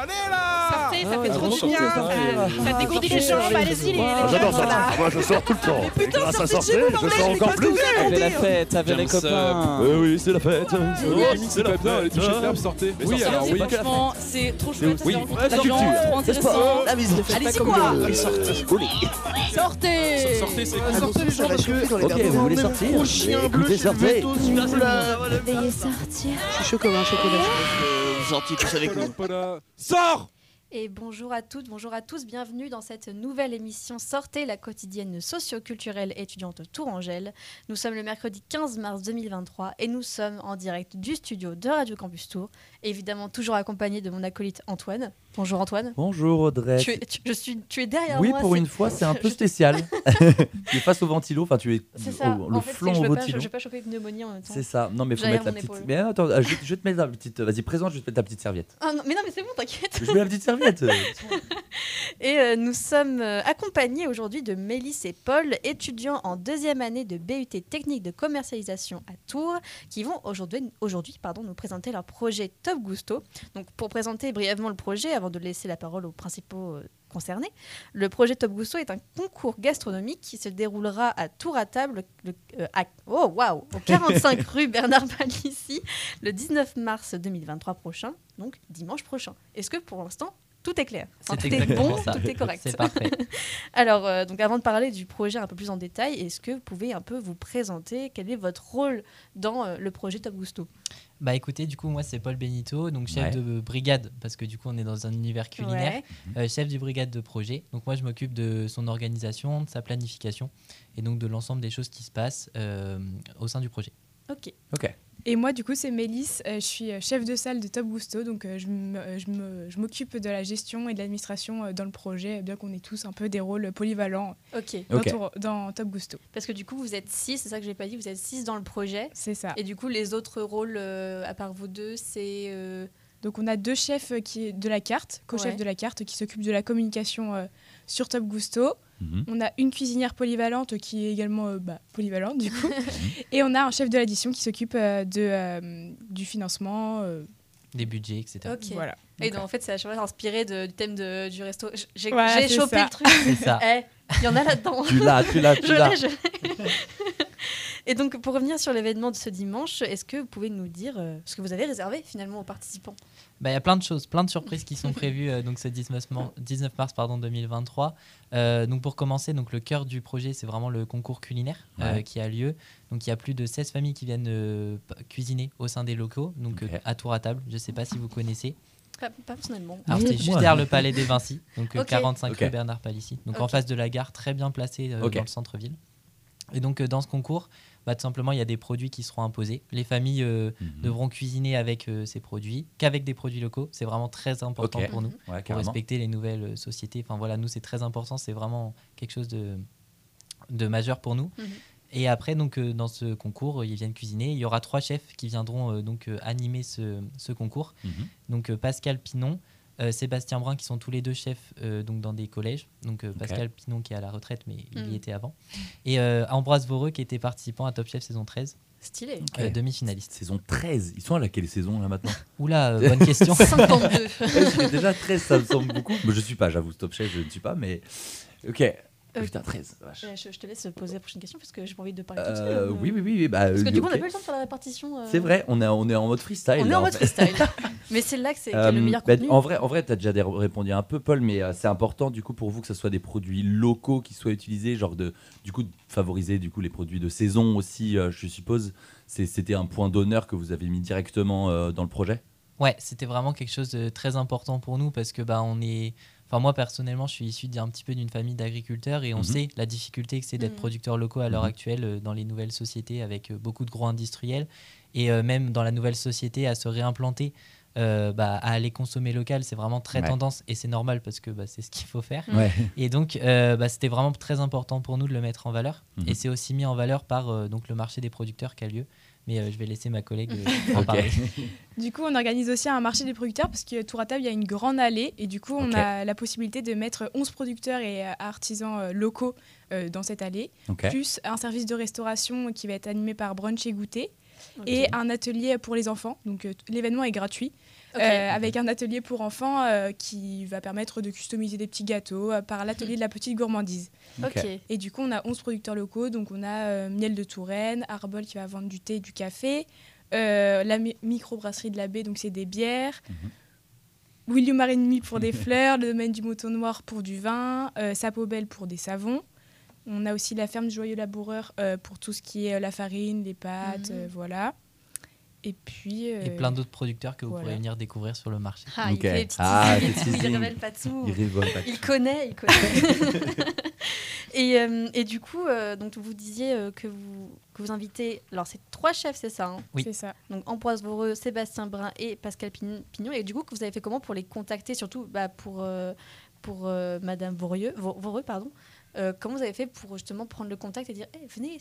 allez là. Sortez, ça fait trop sortez, du bien. sortez. Ça dégourdit les jambes, allez-y les J'adore jeunes, ça. là. Moi, je sors tout le temps. Et putain, grâce à sortez de sortir, chez vous, je bordel, sors mais encore qu'est-ce que plus. vous avez Avec la fête, avec les copains. Oui, c'est la fête. C'est la plein, allez toucher de l'herbe, sortez. Oui, alors oui. Franchement, c'est trop chouette. Oui, c'est la trop culture. intéressant. Ah, mais ils le font Allez-y, pas comme quoi. le- Sortez. Sortez. Sortez, c'est Sortez les gens, ça chauffe dans les Ok, gars. vous voulez sortir Gros chien bleu, Écoutez, chez le sortez. veto, s'il vous plaît. Veuillez sortir. Je suis chaud comme un chocolat. Vous sortiez tous avec nous. Sors. Et bonjour à toutes, bonjour à tous, bienvenue dans cette nouvelle émission Sortez, la quotidienne socio-culturelle étudiante Tourangelle. Nous sommes le mercredi 15 mars 2023 et nous sommes en direct du studio de Radio Campus Tour, évidemment toujours accompagné de mon acolyte Antoine. Bonjour Antoine. Bonjour Audrey. Tu es derrière Oui, moi. pour c'est- une fois, c'est un peu spécial. Tu es face au ventilo, enfin tu es C'est ça. le En fait, flanc je au veux pas, ventilo. je veux pas choper une pneumonie en même temps. C'est ça. Non, mais faut Derrière mettre la mon petite. épaule. Mais attends, je vais te mettre la petite. Vas-y, présente, je vais te mettre ta petite serviette. Ah non, mais c'est bon, t'inquiète. Je mets la petite serviette. Et nous sommes accompagnés aujourd'hui de Mélisse et Paul, étudiants en deuxième année de BUT technique de commercialisation à Tours, qui vont aujourd'hui nous présenter leur projet Top Gusto. Donc, pour présenter brièvement le projet, avant de laisser la parole aux principaux concernés, le projet Top Gusto est un concours gastronomique qui se déroulera à Tours à table, au 45 rue Bernard Palissy, le 19 mars 2023 prochain, donc dimanche prochain. Est-ce que pour l'instant, tout est clair. C'est Tout est exactement bon, ça. tout est correct. C'est parfait. Alors, donc avant de parler du projet un peu plus en détail, est-ce que vous pouvez un peu vous présenter quel est votre rôle dans le projet Top Gusto? Bah écoutez, du coup, moi c'est Paul Benito, donc chef Ouais. de brigade, parce que du coup on est dans un univers culinaire, Ouais. chef du brigade de projet. Donc moi je m'occupe de son organisation, de sa planification et donc de l'ensemble des choses qui se passent au sein du projet. Ok. Ok. Et moi, du coup, c'est Mélisse. Je suis chef de salle de Top Gusto. Donc, je m'occupe de la gestion et de l'administration dans le projet, bien qu'on ait tous un peu des rôles polyvalents Ok. Ok. dans Top Gusto. Parce que du coup, vous êtes 6, c'est ça que j'ai pas dit, vous êtes 6 dans le projet. C'est ça. Et du coup, les autres rôles, à part vous deux, c'est... Donc, on a deux chefs de la carte, co-chefs Ouais. de la carte, qui s'occupent de la communication sur Top Gusto. Mhm. On a une cuisinière polyvalente qui est également polyvalente, du coup. Et on a un chef de l'addition qui s'occupe du financement. Des budgets, etc. Ok. Voilà. Et donc, en fait, c'est à chaque fois inspiré du thème du resto. J'ai Voilà, j'ai c'est chopé ça. le truc. C'est ça. Il y en a là-dedans. Tu l'as. Je l'ai. Et donc, pour revenir sur l'événement de ce dimanche, est-ce que vous pouvez nous dire ce que vous avez réservé finalement aux participants? Bah, y a plein de choses, plein de surprises qui sont prévues donc ce 19 mars 2023. Donc pour commencer, donc le cœur du projet, c'est vraiment le concours culinaire Ouais. qui a lieu. Donc il y a plus de 16 familles qui viennent cuisiner au sein des locaux, donc Ok. à Tours à table. Je ne sais pas si vous connaissez. Pas personnellement. Alors Oui, c'est juste moi. derrière le Palais des Vinci, donc Ok. 45 Ok. rue Bernard Palissy, donc en Ok. face de la gare, très bien placé Ok. dans le centre-ville. Et donc dans ce concours, tout simplement, il y a des produits qui seront imposés. Les familles devront cuisiner avec ces produits, qu'avec des produits locaux. C'est vraiment très important Ok. pour nous, Ouais, pour carrément. respecter les nouvelles sociétés. Enfin voilà, nous, c'est très important. C'est vraiment quelque chose de majeur pour nous. Mhm. Et après, donc, dans ce concours, ils viennent cuisiner. Il y aura 3 chefs qui viendront animer ce concours. Mhm. Donc Pascal Pinon, Sébastien Brun, qui sont tous les deux chefs donc dans des collèges. Donc Pascal Pinon qui est à la retraite, mais il y était avant. Et Ambroise Voreux qui était participant à Top Chef saison 13, Stylé. Ok. demi-finaliste. Saison 13. Ils sont à laquelle saison là maintenant? Oula, bonne question. 52. J'ai déjà 13, ça me semble beaucoup. Mais je suis pas, j'avoue, Top Chef, je ne suis pas, mais. Ok. Putain, 13. Vache. Je te laisse poser la prochaine question parce que j'ai pas envie de parler toute seule. Oui. Bah, Parce que du coup, on ok. n'a pas eu le temps de faire la répartition. C'est vrai, on est en mode freestyle. On est là, en mode fait. freestyle. Mais c'est là que c'est qu'il y a le meilleur Bah, contenu. en vrai, tu as déjà répondu un peu, Paul, mais c'est important du coup pour vous que ce soit des produits locaux qui soient utilisés, genre de favoriser du coup les produits de saison aussi, je suppose. C'était un point d'honneur que vous avez mis directement dans le projet. Ouais, c'était vraiment quelque chose de très important pour nous parce que on est. Enfin, moi personnellement, je suis issu d'un petit peu d'une famille d'agriculteurs et on sait la difficulté que c'est d'être producteur locaux à l'heure actuelle dans les nouvelles sociétés avec beaucoup de gros industriels et même dans la nouvelle société à se réimplanter. À aller consommer local, c'est vraiment très tendance et c'est normal parce que c'est ce qu'il faut faire. Ouais. Et donc, c'était vraiment très important pour nous de le mettre en valeur. Et c'est aussi mis en valeur par donc le marché des producteurs qui a lieu. Mais je vais laisser ma collègue en parler. Du coup, on organise aussi un marché des producteurs parce que Tour à table, il y a une grande allée et du coup, on a la possibilité de mettre 11 producteurs et artisans locaux dans cette allée, plus un service de restauration qui va être animé par Brunch et Goûter et un atelier pour les enfants. Donc, l'événement est gratuit. avec un atelier pour enfants qui va permettre de customiser des petits gâteaux par l'atelier de la petite gourmandise. Et du coup, on a 11 producteurs locaux. Donc, on a Miel de Touraine, Arbol qui va vendre du thé et du café, la microbrasserie de la Baie, donc c'est des bières, William Marinemi pour des fleurs, le domaine du Mouton Noir pour du vin, Sapobel pour des savons. On a aussi la ferme du Joyeux Laboureur pour tout ce qui est la farine, les pâtes, voilà. Et puis... Et plein d'autres producteurs que vous pourrez venir découvrir sur le marché. Il fait les petits teasings, il révèle pas tout. Il connaît. Et du coup, donc vous disiez que vous invitez... Alors, c'est 3 chefs, c'est ça, hein? Oui, c'est ça. Donc, Ambroise Voreux, Sébastien Brun et Pascal Pignon. Et du coup, vous avez fait comment pour les contacter, surtout pour Madame Voreux, pardon. Comment vous avez fait pour justement prendre le contact et dire venez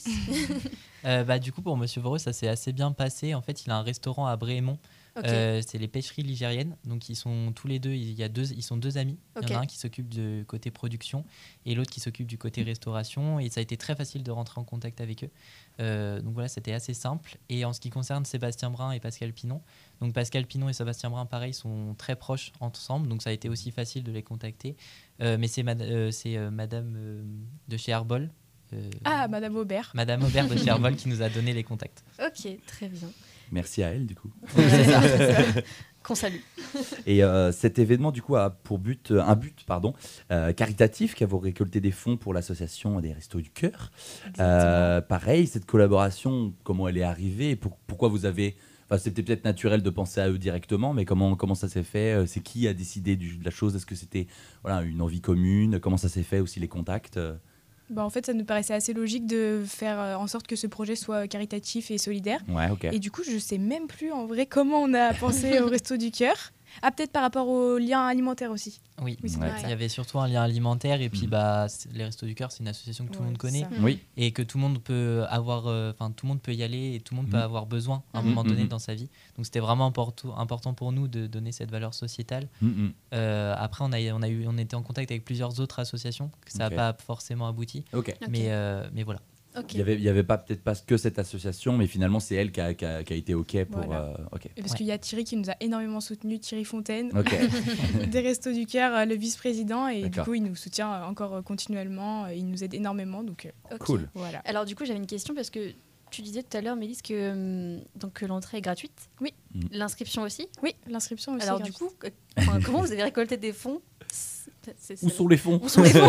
Du coup, pour Monsieur Voreux, ça s'est assez bien passé. En fait, il a un restaurant à Bréhémont. C'est les pêcheries ligériennes. Donc, ils sont tous les deux, ils sont 2 amis. Il y en a un qui s'occupe du côté production et l'autre qui s'occupe du côté restauration. Et ça a été très facile de rentrer en contact avec eux. Donc voilà, c'était assez simple. Et en ce qui concerne Sébastien Brun et Pascal Pinon, donc Pascal Pinon et Sébastien Brun, pareil, sont très proches ensemble. Donc ça a été aussi facile de les contacter. Mais c'est madame de chez Arbol. Madame Aubert. Madame Aubert de chez Arbol qui nous a donné les contacts. Ok, très bien. Merci à elle, du coup. C'est ça. Qu'on salue. Et cet événement, du coup, a pour but, caritatif, qui a récolté des fonds pour l'association des Restos du Cœur. Pareil, cette collaboration, comment elle est arrivée et pourquoi vous avez... Enfin, c'était peut-être naturel de penser à eux directement, mais comment ça s'est fait? C'est qui a décidé de la chose? Est-ce que c'était une envie commune? Comment ça s'est fait aussi, les contacts? En fait, ça nous paraissait assez logique de faire en sorte que ce projet soit caritatif et solidaire. Et du coup, je ne sais même plus en vrai comment on a pensé au Resto du Cœur. Peut-être par rapport au lien alimentaire aussi. Oui, il y avait surtout un lien alimentaire. Et puis, les Restos du Cœur, c'est une association que tout le monde connaît. Et que tout le monde peut avoir... tout le monde peut y aller et tout le monde peut avoir besoin à un moment donné dans sa vie. Donc, c'était vraiment important pour nous de donner cette valeur sociétale. Après, on était en contact avec plusieurs autres associations. Ça n'a pas forcément abouti. Mais voilà. Il y avait peut-être pas que cette association, mais finalement c'est elle qui a été OK pour. Et parce qu'il y a Thierry qui nous a énormément soutenu, Thierry Fontaine, des Restos du Cœur, le vice-président, et du coup il nous soutient encore continuellement, il nous aide énormément, donc cool. Voilà. Alors du coup j'avais une question parce que tu disais tout à l'heure, Mélisse, que l'entrée est gratuite. Oui. L'inscription aussi. Oui, l'inscription aussi. Alors du coup, comment vous avez récolté des fonds? Où sont les fonds?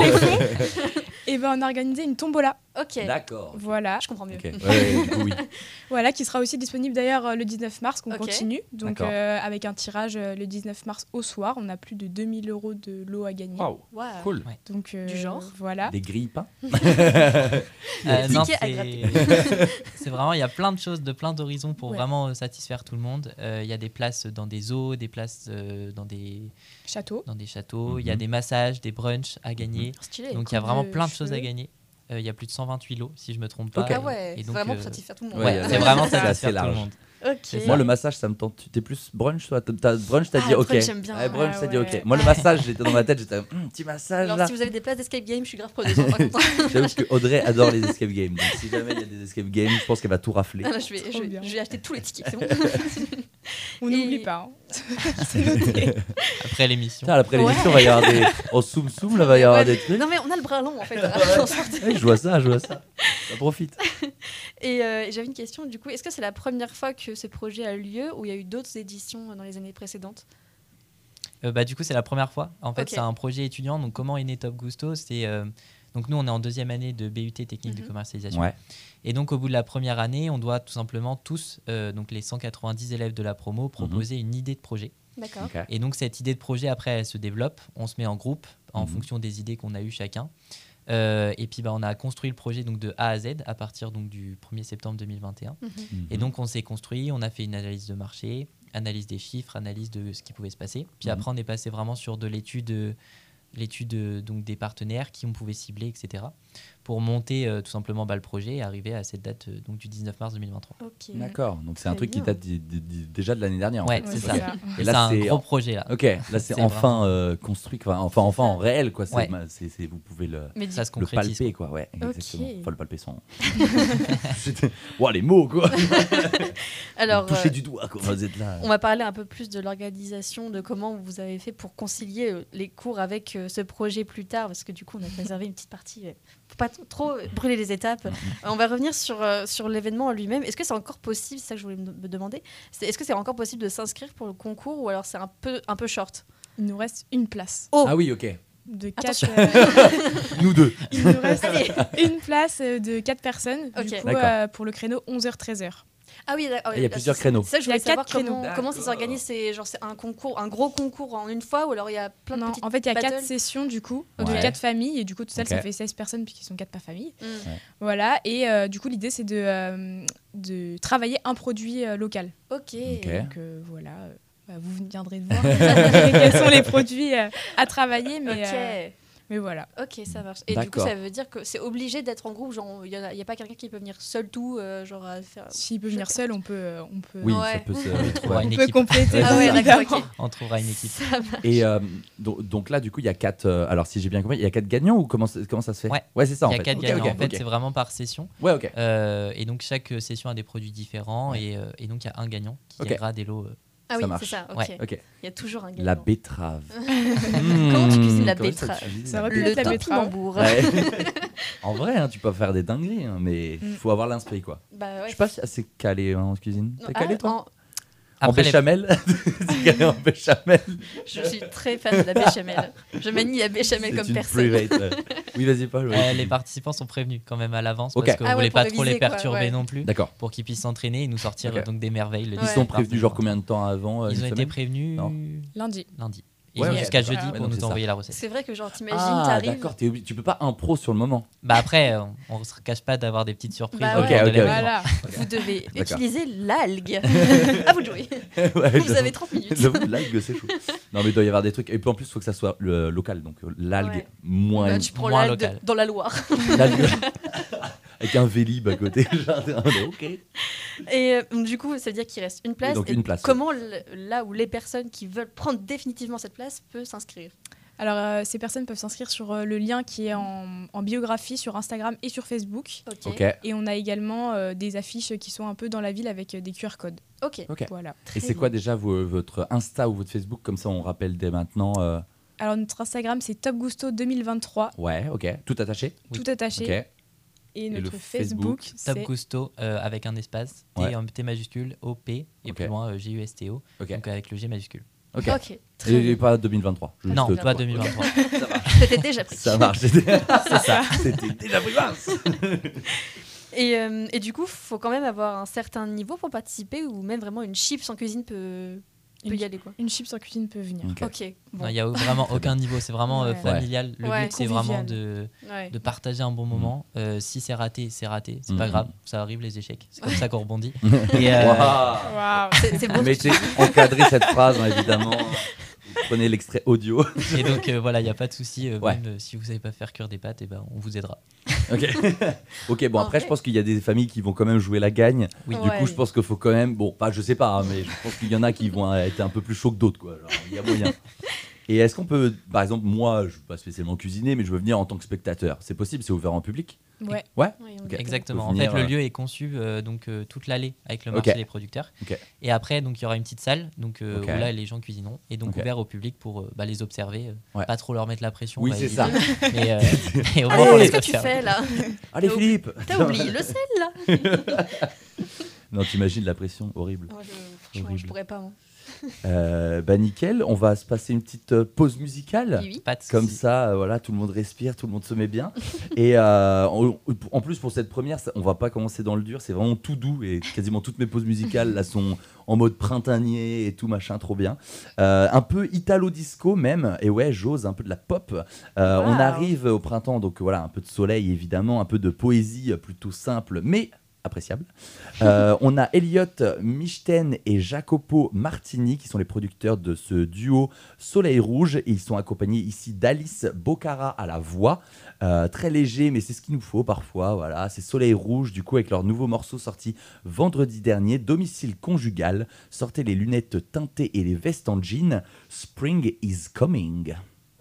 Et on a organisé une tombola. Ok. D'accord. Voilà. Je comprends mieux. Oui. Voilà, qui sera aussi disponible d'ailleurs le 19 mars, qu'on continue. Donc avec un tirage le 19 mars au soir. On a plus de 2000 € de lot à gagner. Wow. Cool. Donc, du genre. Voilà. Des grille-pains. Non, c'est vraiment, il y a plein de choses, plein d'horizons pour vraiment satisfaire tout le monde. Il y a des places dans des zoos, des places dans des châteaux. Il y a des massages, des brunchs à gagner. Stylé. Donc il y a vraiment plein de choses à gagner. Il y a plus de 128 lots, si je ne me trompe pas. Et donc, vraiment pour satisfaire tout le monde. C'est vraiment satisfaire tout le monde. Moi, le massage, ça me tente. Tu es plus brunch, toi? Brunch, t'as dit OK. Brunch, j'aime bien. Brunch, t'as dit OK. Moi, le massage, j'étais dans ma tête, j'étais petit massage. Alors, là. si vous avez des places d'escape game, je suis grave preneuse. J'avoue que Audrey adore les escape games. Donc, si jamais il y a des escape games, je pense qu'elle va tout rafler. Je vais acheter tous les tickets, c'est bon. On n'oublie pas. C'est noté. Après l'émission. Après l'émission, on va y avoir des. En soum-soum, là, va y avoir des trucs. Non, mais on a le bras long, en fait. Je vois ça. Ça profite. Et j'avais une question, du coup. Est-ce que c'est la première fois que ce projet a lieu ou il y a eu d'autres éditions dans les années précédentes? Du coup, c'est la première fois. En fait, c'est un projet étudiant. Donc, comment est né Top Gusto? Donc, nous, on est en 2e année de BUT technique de commercialisation. Et donc, au bout de la première année, on doit tout simplement tous, donc les 190 élèves de la promo, proposer une idée de projet. D'accord. Et donc, cette idée de projet, après, elle se développe. On se met en groupe en fonction des idées qu'on a eues chacun. Et puis, on a construit le projet donc, de A à Z à partir donc, du 1er septembre 2021. Et donc, on s'est construit, on a fait une analyse de marché, analyse des chiffres, analyse de ce qui pouvait se passer. Puis après, on est passé vraiment sur de l'étude donc des partenaires, qui on pouvait cibler, etc. pour monter tout simplement le projet et arriver à cette date donc du 19 mars 2023. Ok. D'accord, donc c'est un Très truc qui bien. date déjà de l'année dernière. Ouais, en c'est fait. ça. Ok. Et Et là, là, c'est un c'est gros projet là. Ok, là c'est C'est enfin construit, quoi. enfin en réel, quoi. Ouais. Vous pouvez le Mais Ça se le concrétise. palper, quoi. Ouais, Ok. exactement. Enfin, le palper sans. Wow, les mots, quoi. alors, Toucher du doigt, quoi. Vous êtes là. on va parler un peu plus de l'organisation, de comment vous avez fait pour concilier les cours avec ce projet plus tard, parce que du coup, on a réservé une petite partie pour pas trop brûler les étapes. On va revenir sur l'événement en lui-même. Est-ce que c'est encore possible, c'est ça que je voulais me demander, est-ce que c'est encore possible de s'inscrire pour le concours ou alors c'est un peu short? Il nous reste une place. Oh, Ah oui, ok. De Attention. 4, Nous deux. il nous reste Allez. une place de 4 personnes Ok. du coup, D'accord. pour le créneau 11h-13h. Ah oui, d'accord. Il y a plusieurs créneaux. C'est ça que je Il y a voulais savoir 4 créneaux. comment ça s'organise. C'est un concours, un gros concours en une fois ou alors il y a plein de Non, petites en fait, il y a 4 battles. sessions du coup, de Ouais. 4 familles et du coup, tout seul, Ok. ça fait 16 personnes puisqu'ils sont 4 par famille. Mm. Voilà, et du coup, l'idée, c'est de travailler un produit local. Ok. Ok. Donc voilà, vous viendrez de voir quels sont les produits à travailler, mais voilà. Ok, ça marche. Et du coup, D'accord. ça veut dire que c'est obligé d'être en groupe. Genre, il y a pas quelqu'un qui peut venir seul tout, genre à faire. S'il peut venir seul, on peut Oui, Ouais. ça peut se. On trouvera ouais. une on peut équipe. compléter. Ah ouais, évidemment. d'accord. Ok. On trouvera une équipe. Ça marche. Et donc là, du coup, il y a 4. Alors, si j'ai bien compris, il y a 4 gagnants ou comment ça se fait? Ouais. c'est ça en Il y a fait. 4 Ok, gagnants. ok, En fait, ok. c'est vraiment par session. Ouais, ok. Et donc, chaque session a des produits différents. Ouais. Et donc, il y a un gagnant qui Ok. gagnera des lots. Ah Ça oui, marche. c'est ça. Ok. Ouais. Ok. Il y a toujours un gagnant. La betterave. Comment tu cuisines la Comment ça betterave? cuisine Ça aurait pu Le être la betterave. topinambour. Ouais. En vrai, hein, tu peux faire des dingueries, hein, mais Mm. faut avoir l'inspi, quoi. Bah ouais. Je suis pas assez calé en cuisine. Non, T'es calé, ah, toi? Après, En béchamel. T'es calé en béchamel. Je suis très fan de la béchamel. Je manie la béchamel C'est comme une personne. private. Oui, vas-y, Paul. ouais. les participants sont prévenus quand même à l'avance Ok. parce qu'on Ah ouais, voulait pour pas trop les réviser, quoi, perturber ouais. non plus D'accord. pour qu'ils puissent s'entraîner et nous sortir Ok. donc des merveilles. Le Ils Ouais. sont 19 mars prévenus genre 2023. combien de temps avant Ils une ont été semaine prévenus Non. Lundi. lundi. Ils Ouais, ont ouais, jusqu'à d'accord. jeudi Ouais, pour donc nous c'est ça. envoyer la recette. C'est vrai que genre t'imagines, Ah, t'arrives. d'accord. Tu peux pas impro sur le moment. Bah après, on se cache pas d'avoir des petites surprises. Bah au ouais. cours de Ok, ok, l'événement. Voilà. Vous devez D'accord. utiliser l'algue. À vous de jouer. Ouais, Vous j'avoue. avez 30 minutes. J'avoue, l'algue, c'est chaud. Non, mais il doit y avoir des trucs. Et puis en plus, il faut que ça soit local. Donc l'algue, Ouais. moins. Bah, tu prends moins l'algue local. dans la Loire. L'algue. Avec un vélib à côté. Genre, ok. Et du coup, ça veut dire qu'il reste une place. donc Et une place, comment, là où les personnes qui veulent prendre définitivement cette place peuvent s'inscrire? Alors, ces personnes peuvent s'inscrire sur le lien qui est en biographie sur Instagram et sur Facebook. Ok. Ok. Et on a également des affiches qui sont un peu dans la ville avec des QR codes. Ok. Ok. Voilà. Et c'est quoi déjà votre Insta ou votre Facebook? Comme ça, on rappelle dès maintenant. Alors, notre Instagram, c'est Top Gusto 2023, Ouais, ok. Tout attaché? Oui. tout attaché. Ok. Et le notre Facebook, Facebook, Top c'est Gusto avec un espace, Ouais. T, T majuscule, OP et Ok. plus loin GUSTO, Ok. donc avec le G majuscule. Ok. Ok. Très Et bien. pas 2023. juste Non, toi. pas 2023. C'était déjà pris. Ça marche. C'est ça. C'était déjà pris. mince. Et du coup, faut quand même avoir un certain niveau pour participer ou même vraiment une chips en cuisine peut y aller quoi. une chips en cuisine peut venir. Ok. Ok. Bon. Non, il n'y a vraiment aucun niveau, c'est vraiment Ouais. familial. Le Ouais. but, c'est vraiment Ouais. de partager un bon moment. Si c'est raté, c'est raté. C'est pas Mhm. grave, ça arrive les échecs. C'est comme ça qu'on rebondit. Et, Waouh. Waouh. C'est beau. Mettez, encadrez cette phrase, hein, évidemment. Vous prenez l'extrait audio. et donc voilà, il n'y a pas de souci. Ouais. Même si vous savez pas faire cuire des pâtes, et ben, on vous aidera. Ok. Ok, bon, En après, vrai- je pense qu'il y a des familles qui vont quand même jouer la gagne. Oui. Du Ouais. coup, je pense qu'il faut quand même. Bon, pas, je sais pas, hein, mais je pense qu'il y en a qui vont être un peu plus chauds que d'autres, quoi. Genre, il y a moyen. Et est-ce qu'on peut, par exemple, moi, je ne veux pas spécialement cuisiner, mais je veux venir en tant que spectateur. C'est possible, c'est ouvert en public? Ouais. Ouais. Oui, on Ok. dit- Exactement. Faut En fait, venir, le lieu est conçu toute l'allée avec le marché Ok. des producteurs. Ok. Et après, donc il y aura une petite salle, donc Ok. où là les gens cuisineront et donc Ok. ouvert au public pour les observer, Ouais. pas trop leur mettre la pression. Oui, on va c'est éviter. ça. Mais au moins Allez, pour les qu'est-ce que tu observer. fais là? Allez, T'as Philippe. T'as oublié le sel là? Non, t'imagines la pression, horrible. Moi, franchement, Horrible. je pourrais pas. Moi. Bah nickel, on va se passer une petite pause musicale. Oui, oui. Pas de Comme souci. ça, voilà, tout le monde respire, tout le monde se met bien. Et en plus, pour cette première, on va pas commencer dans le dur, c'est vraiment tout doux. Et quasiment toutes mes pauses musicales là sont en mode printanier et tout machin, trop bien. Un peu italo-disco même. Et ouais, j'ose un peu de la pop. On arrive au printemps, donc voilà, un peu de soleil évidemment, un peu de poésie plutôt simple, mais appréciable. On a Elliot Michten et Jacopo Martini qui sont les producteurs de ce duo Soleil Rouge et ils sont accompagnés ici d'Alice Bocara à la voix. Très léger, mais c'est ce qu'il nous faut parfois. Voilà, c'est Soleil Rouge du coup avec leur nouveau morceau sorti vendredi dernier, Domicile conjugal. Sortez les lunettes teintées et les vestes en jean. Spring is coming.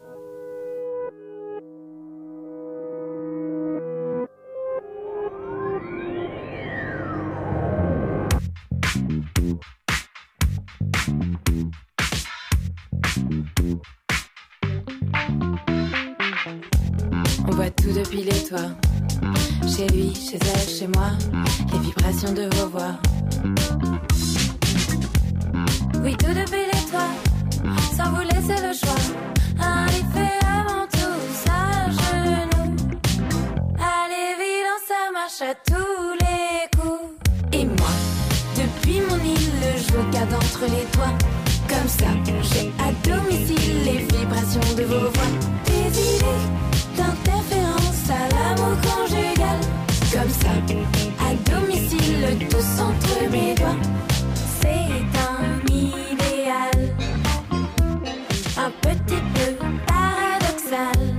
On voit tout depuis les toits. Chez lui, chez elle, chez moi. Les vibrations de vos voix. Oui, tout depuis les toits. Sans vous laisser le choix. Indifféremment tous à genoux. Allez, vilain, ça marche à tous les coups. Et moi, depuis mon île, je vous garde entre les toits. Comme ça, j'ai à domicile les vibrations de vos voix. Des idées d'interférence à l'amour conjugal. Comme ça, à domicile, tous entre mes doigts. C'est un idéal, un petit peu paradoxal.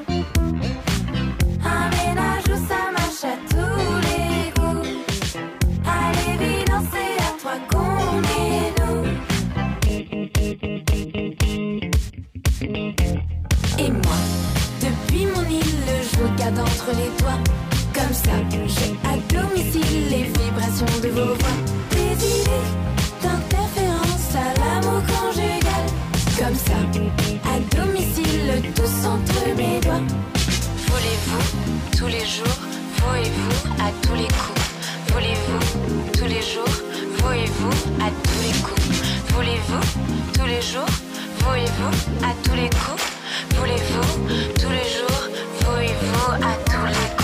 Un ménage où ça marche à tous les coups. À l'évidence, c'est à toi qu'on est nous. Et moi, depuis mon île, je vous garde entre les toits. Comme ça, j'ai à domicile les vibrations de vos voix. Des idées d'interférence à l'amour conjugal. Comme ça, à domicile, tous entre mes doigts. Voulez-vous, tous les jours, vous et vous, à tous les coups. Voulez-vous, tous les jours, vous et vous, à tous les coups. Voulez-vous, tous les jours, vous et vous, à tous les coups. Voulez-vous, tous les jours, vous et vous, à tous les coups.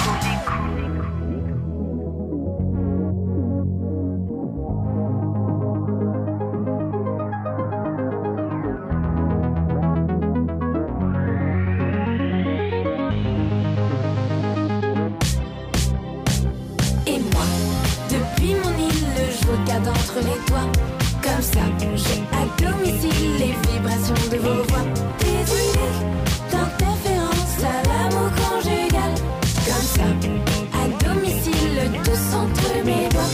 Et moi, depuis mon île, je vous garde entre les toits. Comme ça, j'ai à domicile les vibrations de vos voix. Des idées d'interférence à l'amour conjugal. Comme ça, à domicile, tous entre mes doigts.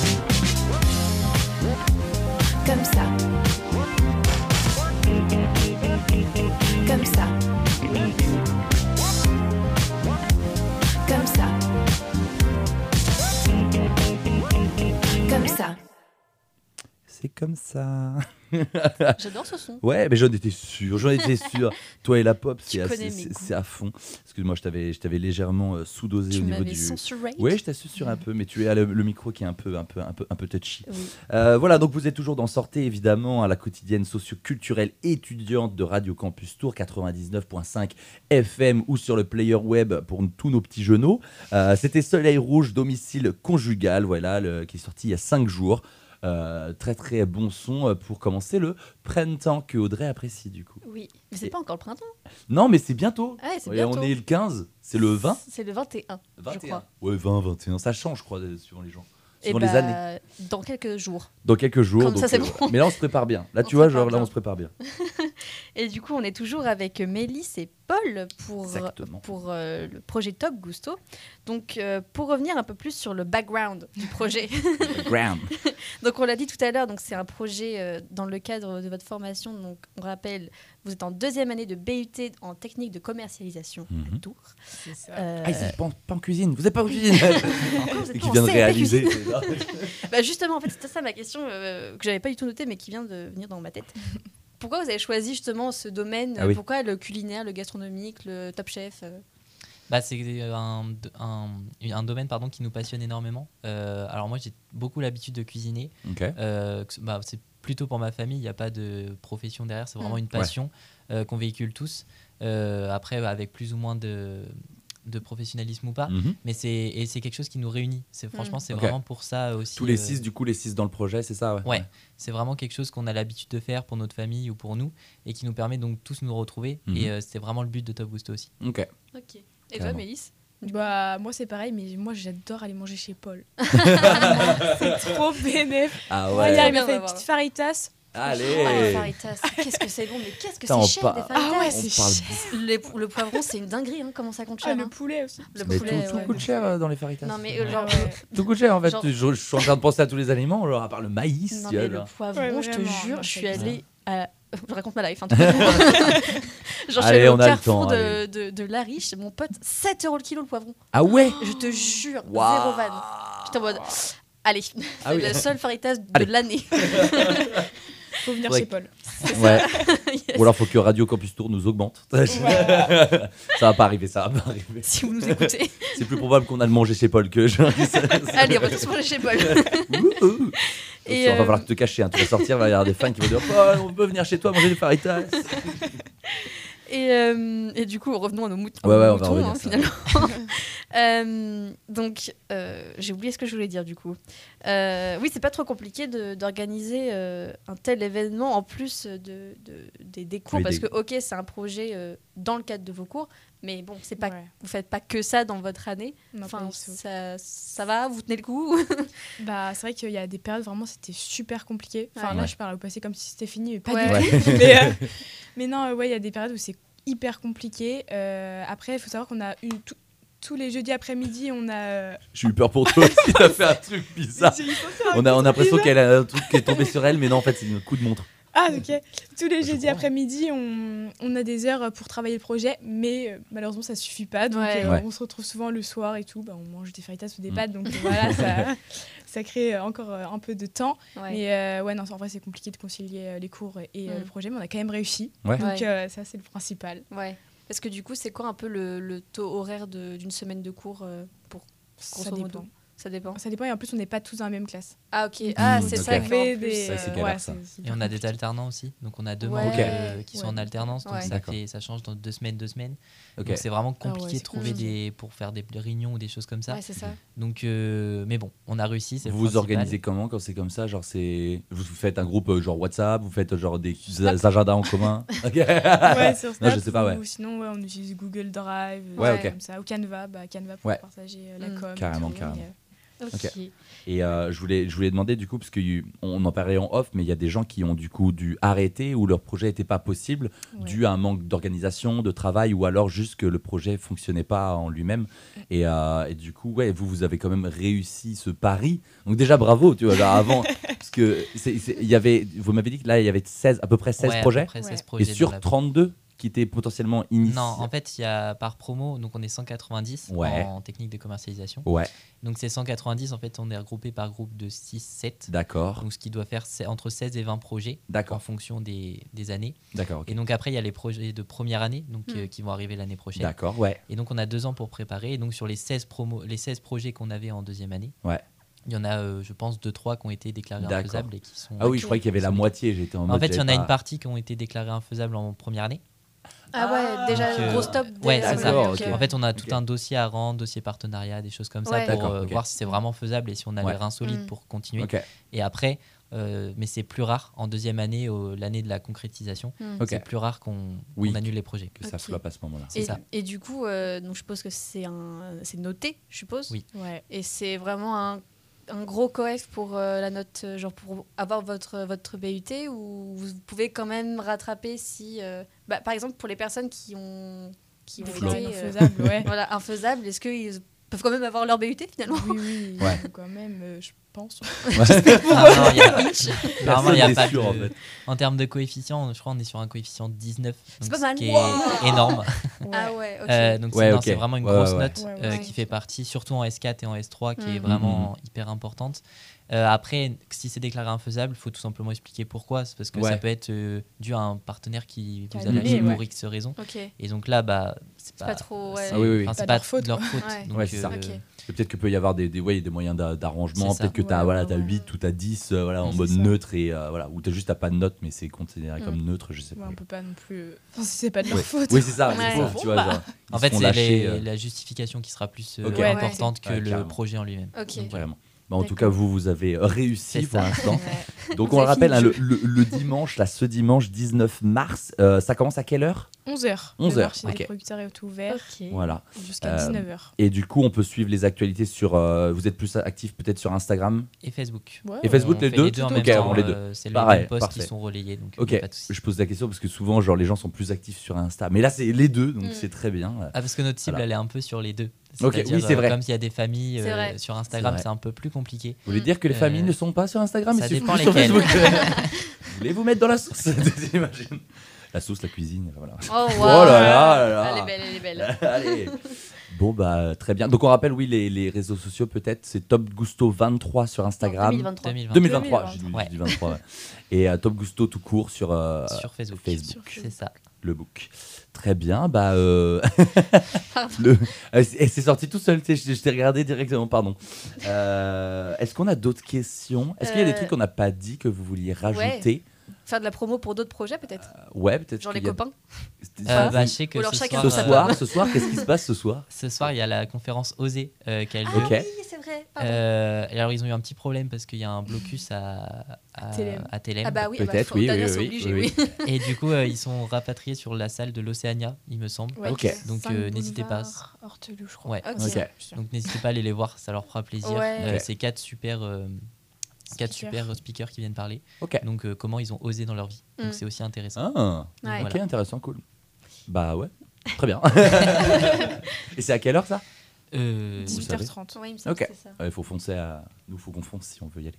Comme ça. Comme ça. Comme ça. Comme ça. C'est comme ça. J'adore ce son. Ouais, mais j'en étais sûr. Toi et la pop, Tu connais mes goûts. c'est à fond. Excuse-moi, je t'avais légèrement sous-dosé au niveau m'avais du. censuré. Ouais, je t'assure un peu, mais tu as le micro qui est un peu touchy. Oui. Voilà, donc vous êtes toujours dans Sortez, évidemment, à la quotidienne socio-culturelle étudiante de Radio Campus Tours 99.5 FM ou sur le player web pour tous nos petits genoux. C'était Soleil Rouge, domicile conjugal, voilà, qui est sorti il y a 5 jours. Très très bon son pour commencer le printemps que Audrey apprécie du coup. Oui, mais c'est pas encore le printemps. Non, mais c'est bientôt. Ouais, c'est Ouais, bientôt. on est le 15, c'est le 20. C'est le 21, je crois. Ouais, 20, 21, ça change je crois suivant les gens. Et Suivant les années. dans quelques jours. Dans quelques jours. Comme donc, ça, c'est bon. Mais là on se prépare bien. Là On tu vois, se prépare genre là bien. on se prépare bien. Et du coup, on est toujours avec Mélisse et Paul pour le projet Top Gusto. Donc, pour revenir un peu plus sur le background du projet. Donc, on l'a dit tout à l'heure, donc c'est un projet dans le cadre de votre formation. Donc, on rappelle, vous êtes en 2e année de BUT en technique de commercialisation à Tours. C'est ça. Ah, ils sont pas en cuisine. Vous n'êtes pas en cuisine. Vous êtes Qui pas vient en de CAP réaliser. cuisine. Bah justement, en fait, c'était ça ma question que j'avais pas du tout notée, mais qui vient de venir dans ma tête. Pourquoi vous avez choisi justement ce domaine? Ah oui. Pourquoi le culinaire, le gastronomique, le Top Chef? Bah, c'est un domaine qui nous passionne énormément. Alors moi, j'ai beaucoup l'habitude de cuisiner. Okay. C'est plutôt pour ma famille, il n'y a pas de profession derrière, c'est vraiment une passion qu'on véhicule tous. Après, avec plus ou moins de professionnalisme ou pas, mais c'est quelque chose qui nous réunit. Franchement, c'est vraiment pour ça aussi. Tous les 6, du coup, les 6 dans le projet, c'est ça? Ouais, c'est vraiment quelque chose qu'on a l'habitude de faire pour notre famille ou pour nous et qui nous permet donc tous nous retrouver. Et c'est vraiment le but de Top Gusto aussi. Ok. Et toi, Mélisse? Bah, moi, c'est pareil, mais moi, j'adore aller manger chez Paul. C'est trop bénéf. Ah Ouais, il bien m'a fait une d'avoir. petite faritas. Allez. Les faritas, qu'est-ce que c'est bon, mais qu'est-ce que Putain, c'est cher des faritas. Ah ouais, On c'est parle cher. Le poivron, c'est une dinguerie, hein, comment ça coûte Ah, cher. le hein. poulet aussi. Le Mais poulet, tout ouais. coûte cher dans les faritas. Non, mais Ouais, genre. ouais. Tout coûte cher en fait. Genre- Je suis en train de penser à tous les aliments, genre à part le maïs. Non, tu vois, mais le genre. poivron, Ouais, je te vraiment, jure, moi, je suis c'est allée à. Je raconte ma life. Hein, genre, je suis Allez, allée au on a le carrefour temps, allez. de Lariche, mon pote, 7 € le kilo le poivron. Ah ouais. Je te jure, Waouh. zéro vanne. J'étais en mode. Allez, Ah c'est oui. le seul faritas de Allez. l'année. Faut venir Ouais. chez Paul. Ouais. Yes. Ou alors faut que Radio Campus Tour nous augmente. Ça va pas arriver, ça va pas arriver. Si vous nous écoutez, C'est plus probable qu'on a le manger chez Paul que je. allez, on va tous manger chez Paul. Ouh. Et, Il va falloir te cacher, hein. Tu vas sortir, il va y avoir des fans qui vont dire Paul, on peut venir chez toi manger des faritas. Et du coup, revenons à nos moutons, Ouais, on va moutons, revenir hein, à ça. finalement. Donc, j'ai oublié ce que je voulais dire du coup. Oui, c'est pas trop compliqué d'organiser un tel événement en plus des cours, Oui, parce des- que ok, c'est un projet dans le cadre de vos cours, mais bon, c'est pas, Ouais. vous faites pas que ça dans votre année. Non, Enfin, pas du tout. ça va, vous tenez le coup. Bah, c'est vrai qu'il y a des périodes vraiment c'était super compliqué. Enfin Ouais. là Ouais. je parle au passé comme si c'était fini mais pas Ouais. du tout. Mais non ouais il y a des périodes où c'est hyper compliqué. Après il faut savoir qu'on a tous les jeudis après-midi on a. J'ai eu peur pour toi aussi, t'as fait un truc bizarre. On a l'impression qu'elle a un truc qui est tombé sur elle, mais non, en fait, c'est un coup de montre. Ah ok. Tous les Je jeudis crois. après-midi on a des heures pour travailler le projet mais malheureusement ça suffit pas donc Ouais. Ouais. on se retrouve souvent le soir et tout. Bah, on mange des faritas ou des Mm. pâtes donc voilà ça crée encore un peu de temps. Ouais. Mais ouais, non, en vrai, c'est compliqué de concilier les cours et le projet, mais on a quand même réussi. Ouais. Donc, Ouais. ça, c'est le principal. Ouais. Parce que du coup, c'est quoi un peu le taux horaire d'une semaine de cours pour Ça grosso modo dépend. Ça dépend. Ça dépend, et en plus, on n'est pas tous dans la même classe. Ah, ok. Ah, c'est ok. ça On qui fait en plus, des. Ça, c'est galère, ça. c'est Et on a des alternants aussi. Donc on a deux Ouais. membres Ok. qui sont Ouais. en alternance. Donc Ouais. D'accord. ça change dans 2 semaines, 2 semaines. Ok. Donc c'est vraiment Ah ouais, compliqué de c'est trouver compliqué. pour faire des réunions ou des choses comme ça. Ouais, c'est ça. Donc, mais bon, on a réussi. C'est le Vous vous principal. organisez comment quand c'est comme ça? Genre, vous faites un groupe genre WhatsApp, vous faites genre des agendas en commun? Ok. Ouais, sur Snap, Non, je sais pas, ouais. Ou sinon, ouais, on utilise Google Drive, Ouais, ok. comme ça, ou Canva, Canva pour Ouais. partager la Mm. com. et Carrément, tout, carrément. et, Ok. Et je voulais demander du coup, parce qu'on en parlait en off, mais il y a des gens qui ont du coup dû arrêter ou leur projet n'était pas possible ouais. dû à un manque d'organisation, de travail ou alors juste que le projet fonctionnait pas en lui-même. Et du coup, ouais, vous avez quand même réussi ce pari. Donc déjà, bravo, tu vois, là, avant, parce que il y avait, vous m'avez dit que là, il y avait à peu près 16 Ouais, à peu projets. près 16 Ouais. Et projets dans sur la- 32 qui étaient potentiellement initiés. Non, en fait, il y a par promo, donc on est 190 Ouais. en technique de commercialisation. Ouais, Donc ces 190, en fait, on est regroupé par groupe de 6-7. d'accord. Donc ce qui doit faire c'est entre 16 et 20 projets en D'accord, fonction des années. d'accord, ok. Et donc après, il y a les projets de première année donc, qui vont arriver l'année prochaine. D'accord, ouais. Et donc on a 2 ans pour préparer. Et donc sur les 16 projets qu'on avait en deuxième année, Ouais. il y en a, je pense, 2-3 qui ont été déclarés D'accord. infaisables et qui sont. Ah oui, je croyais qu'il y avait la moitié. J'étais en En mode. fait, il y en a j'avais une pas- partie qui ont été déclarées infaisables en première année. Ah ouais, déjà, Donc, gros stop. ouais, déjà, c'est ça. D'accord, ok. ok. En fait, on a tout Ok. un dossier à rendre, dossier partenariat, des choses comme ça Ouais. pour D'accord, ok. voir si c'est vraiment faisable et si on a Ouais. les reins solides Mm. pour continuer. Ok, Et après, mais c'est plus rare en deuxième année, l'année de la concrétisation, Mm. ok. c'est plus rare qu'on Oui. annule les projets. Que ça Ok. floppe à ce moment-là. C'est Et, ça. et du coup, donc je suppose que c'est noté, je suppose. Oui. Ouais. Et c'est vraiment un gros coef pour la note, genre pour avoir votre BUT, ou vous pouvez quand même rattraper si, par exemple, pour les personnes qui ont Des flop. été faisable, ouais. voilà, infaisables, est-ce qu'ils peuvent quand même avoir leur BUT finalement? Oui, oui, Ouais. quand même, je pense. Non, il y a pas- Normalement, il y a Personne pas n'est sûr, de- en fait. En termes de coefficient, je crois qu'on est sur un coefficient de 19. C'est donc pas mal. Ce qui est Wow. énorme. Ah ouais, ok. Donc Ouais, non, ok. c'est vraiment une Ouais, grosse ouais. note Ouais, ouais. qui fait partie, surtout en S4 et en S3, qui est Mm. vraiment hyper importante. Après, si c'est déclaré infaisable, il faut tout simplement expliquer pourquoi. C'est parce que Ouais. ça peut être dû à un partenaire qui Qui a vous a annulé, lâché ouais. pour X raisons. Ok. Et donc là, c'est pas trop, ouais. c'est- Ah oui, oui, oui. enfin, c'est Pas de pas leur faute, de leur quoi. faute. Ouais. Donc, Ouais, c'est ça. Ok. Et peut-être qu'il peut y avoir des moyens d'arrangement. C'est ça. Peut-être que tu as, Ouais, voilà, ouais, t'as ouais. 8 ou tu as 10 voilà, en Ouais, mode c'est ça. neutre. Et, voilà, ou tu juste pas de note, mais c'est considéré Mm. comme neutre, je sais pas. Ouais, on peut pas non plus. Enfin, si c'est pas de leur Ouais. faute. Oui, c'est ça. Ouais. c'est ça, tu vois, genre, En ils fait, seront c'est lâchés, la justification qui sera plus Ok. Ouais, importante que Ouais, le carrément. projet en lui-même. Ok. Donc, voilà. Vraiment. Bah, en tout cas, vous avez réussi pour l'instant. Ouais. Donc, Vous on le avez rappelle, fini hein, le dimanche, là, ce dimanche 19 mars, ça commence à quelle heure ? 11h. 11 Le heures, marché ok. des producteurs est ouvert Ok. Voilà. jusqu'à 19h. Et du coup, on peut suivre les actualités sur. Vous êtes plus actif peut-être sur Instagram Et Facebook. Ouais, et Facebook, On les fait deux les deux en Ok, même temps. bon, les deux. C'est les Pareil, mêmes posts parfait. qui sont relayés. Donc, Ok, pas de souci. je pose la question parce que souvent, genre, les gens sont plus actifs sur Insta. Mais là, c'est les deux, donc c'est très bien. Ah, parce que notre cible, Voilà. elle est un peu sur les deux. Ok, C'est-à-dire, oui, c'est vrai. Comme s'il y a des familles C'est vrai. sur Instagram, C'est vrai. c'est un peu plus compliqué. Vous voulez dire que les familles ne sont pas sur Instagram ça ils suivent dépend plus sur lesquelles. Facebook Vous voulez vous mettre dans la sauce J'imagine. La sauce, la cuisine, voilà. Oh, Oh là là là là. Elle est belle, elle est belle. Allez. Bon, bah, très bien. Donc, on rappelle, oui, les réseaux sociaux, peut-être, c'est Top Gusto 23 sur Instagram. 2023. 2023, 2023. j'ai dit Ouais. 2023. Ouais. Et Top Gusto tout court sur Sur Facebook. C'est ça. le book. Très bien, bah. Pardon. Et c'est sorti tout seul, tu sais, je t'ai regardé directement, pardon. Est-ce qu'on a d'autres questions ? Est-ce qu'il y a des trucs qu'on n'a pas dit que vous vouliez rajouter ? Faire de la promo pour d'autres projets peut-être. Ouais, peut-être. Genre les qu'il y a- copains. Bah, je sais que Ou alors ce chacun soir, Ce soir, qu'est-ce qui se passe ce soir ? ce soir, il y a la conférence Oser qui a lieu. Ah Ok. oui, c'est vrai. Pardon. Et alors, ils ont eu un petit problème parce qu'il y a un blocus à Télém. Télém. Ah bah oui, peut-être, faut- oui, Daniel, oui, c'est oui, obligé, oui. oui. Et du coup, ils sont rapatriés sur la salle de l'Océania, il me semble. Ouais, Ok. Donc, 5 n'hésitez pas. boulevard Hortelou, je crois. Ouais. Ok. Ok. Donc n'hésitez pas à aller les voir, ça leur fera plaisir. Ouais. Ok. C'est quatre super speakers qui viennent parler. Ok. Donc comment ils ont osé dans leur vie. Donc Mm. c'est aussi intéressant. Ah, Ouais. ok, Voilà. intéressant, cool. Bah ouais, très bien. Et c'est à quelle heure ça ? Vous savez. 18h30. Ouais, il me semble Ok. que c'est ça. Il faut foncer à. Nous, faut qu'on fonce si on veut y aller.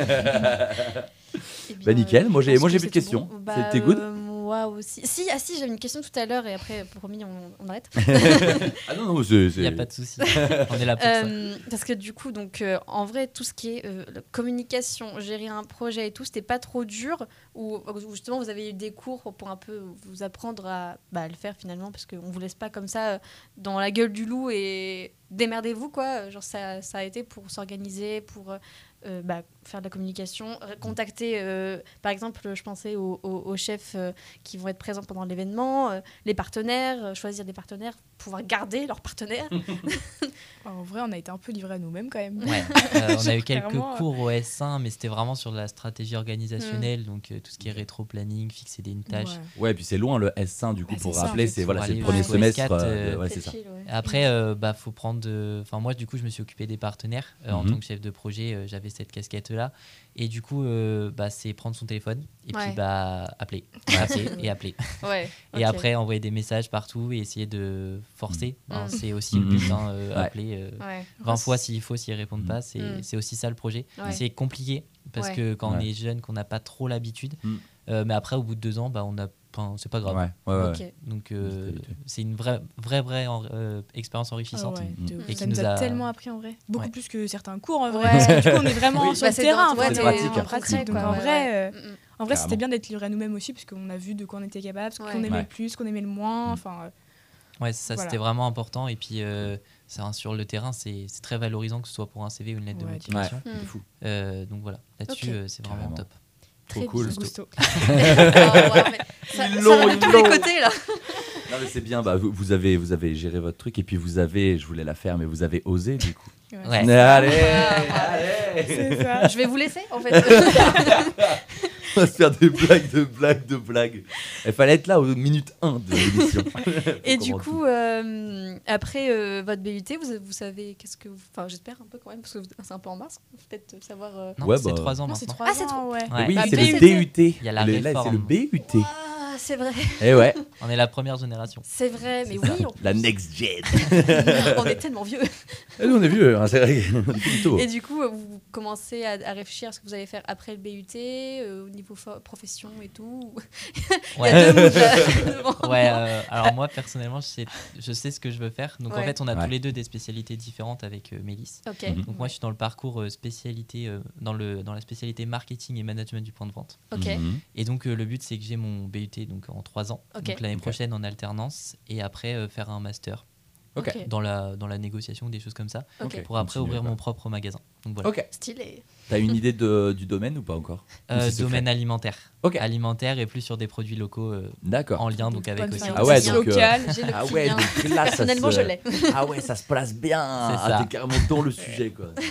Eh bien, Bah nickel, moi je j'ai pense moi que j'ai plus de c'était questions. bon. Bah, C'était good. Moi aussi. Si, j'avais une question tout à l'heure et après, promis, on arrête. Ah non non, c'est. Il n'y a pas de souci. On est là pour ça. Parce que du coup, donc, en vrai, tout ce qui est la communication, gérer un projet et tout, c'était pas trop dur ou justement vous avez eu des cours pour un peu vous apprendre à le faire finalement parce qu'on vous laisse pas comme ça dans la gueule du loup et démerdez-vous quoi. Genre ça a été pour s'organiser, pour faire de la communication, contacter par exemple je pensais aux chefs qui vont être présents pendant l'événement, les partenaires, choisir des partenaires, pouvoir garder leurs partenaires. En vrai, on a été un peu livrés à nous-mêmes quand même. Ouais. On a eu quelques Clairement. cours au S1, mais c'était vraiment sur la stratégie organisationnelle, donc tout ce qui est rétro-planning, fixer des tâches. Ouais. Ouais, puis c'est loin le S1 du coup Bah, pour c'est ça, rappeler, en fait. c'est voilà, Pour c'est le aller premier jusqu'au semestre. S4, ouais, c'est ça. Chill, ouais. Après, faut prendre. Enfin, moi, du coup, je me suis occupé des partenaires en Mhm. tant que chef de projet. J'avais cette casquette-là, et du coup, c'est prendre son téléphone et Ouais. puis appeler, et appeler. Ouais, Et ok. après, envoyer des messages partout et essayer de forcer. Mm. Hein, c'est aussi le Mhm. but. Hein, Ouais. appeler Ouais. 20 fois s'il faut, s'ils répondent pas. Mm. C'est aussi ça le projet. Ouais. C'est compliqué parce Ouais. que quand on Ouais. est jeune, qu'on n'a pas trop l'habitude. Mm. Mais après, au bout de 2 ans, c'est pas grave. Ouais, ouais, ouais. Ok. Donc, Vite habitué. c'est une vraie expérience Ah enrichissante. ouais, de ouf. Et Ça qui nous nous a a- tellement appris en vrai. Beaucoup Ouais. plus que certains cours en vrai. Ouais. Parce que du coup, on est vraiment Oui, sur bah, le c'est terrain. dans- ouais, t'es c'est pratique, en hein. pratique. Donc Ouais, en ouais. vrai, Carrément. c'était bien d'être livré à nous-mêmes aussi, parce qu'on a vu de quoi on était capable, ce Ouais. qu'on aimait Ouais. le plus, ce qu'on aimait le moins. Enfin, Ouais, ça, Voilà. c'était vraiment important. Et puis, sur le terrain, c'est très valorisant, que ce soit pour un CV ou une lettre de Ouais, motivation. C'est fou. Donc voilà, là-dessus, Ok. c'est vraiment Carrément. top. Trop Très cool. bien. gusto. Oh, ouais, mais ça Ils va l'ont, de ils tous l'ont. les côtés là. Non mais c'est bien, bah, vous avez géré votre truc et puis vous avez, je voulais la faire mais vous avez osé du coup. Ouais. Allez, Ouais. allez. C'est ça. Je vais vous laisser en fait. On va se faire des blagues. Il fallait être là aux minutes 1 de l'émission. Et Faut du qu'on coup, après votre BUT, vous savez qu'est-ce que enfin j'espère un peu quand même parce que c'est un peu en mars, peut-être savoir. Non, Ouais, c'est bah, 3 ans Non, c'est maintenant. 3 Ah, c'est ans, ouais. Ouais. Oui, Bah, c'est le BUT. BUT. Il y a la Là, c'est réforme. le BUT. Ah, c'est vrai, Eh ouais, On est la première génération. c'est vrai, mais C'est oui, en la plus. next gen. On est tellement vieux. Nous on est vieux, hein, c'est vrai. On est plutôt. Et du coup, vous commencez à réfléchir à ce que vous allez faire après le BUT, au niveau profession et tout. Il y Ouais. a deux moods là devant. Ouais, alors moi personnellement, je sais ce que je veux faire. Donc en Ouais. fait, on a Ouais. tous les deux des spécialités différentes avec Mélisse. Ok. Mhm. Donc moi, je suis dans le parcours spécialité, dans la spécialité marketing et management du point de vente. Ok. Mhm. Et donc le but, c'est que j'ai mon BUT donc en 3 ans. Ok. Donc l'année Ok. prochaine en alternance et après faire un master Ok. dans la négociation, des choses comme ça, Ok. pour après Continue, ouvrir quoi. mon propre magasin. Donc voilà. Ok. Stylé. T'as une idée du domaine ou pas encore? Ou c'est secret? Domaine alimentaire. Ok. Alimentaire et plus sur des produits locaux D'accord. en lien donc avec Bonne aussi. façon. Ah ouais, Bien. donc, local. J'ai le Ah petit ouais, lien. donc là, ça Personnellement, se- je l'ai. Ah ouais, ça se place bien. C'est Ah, ça. t'es carrément dans le sujet, quoi.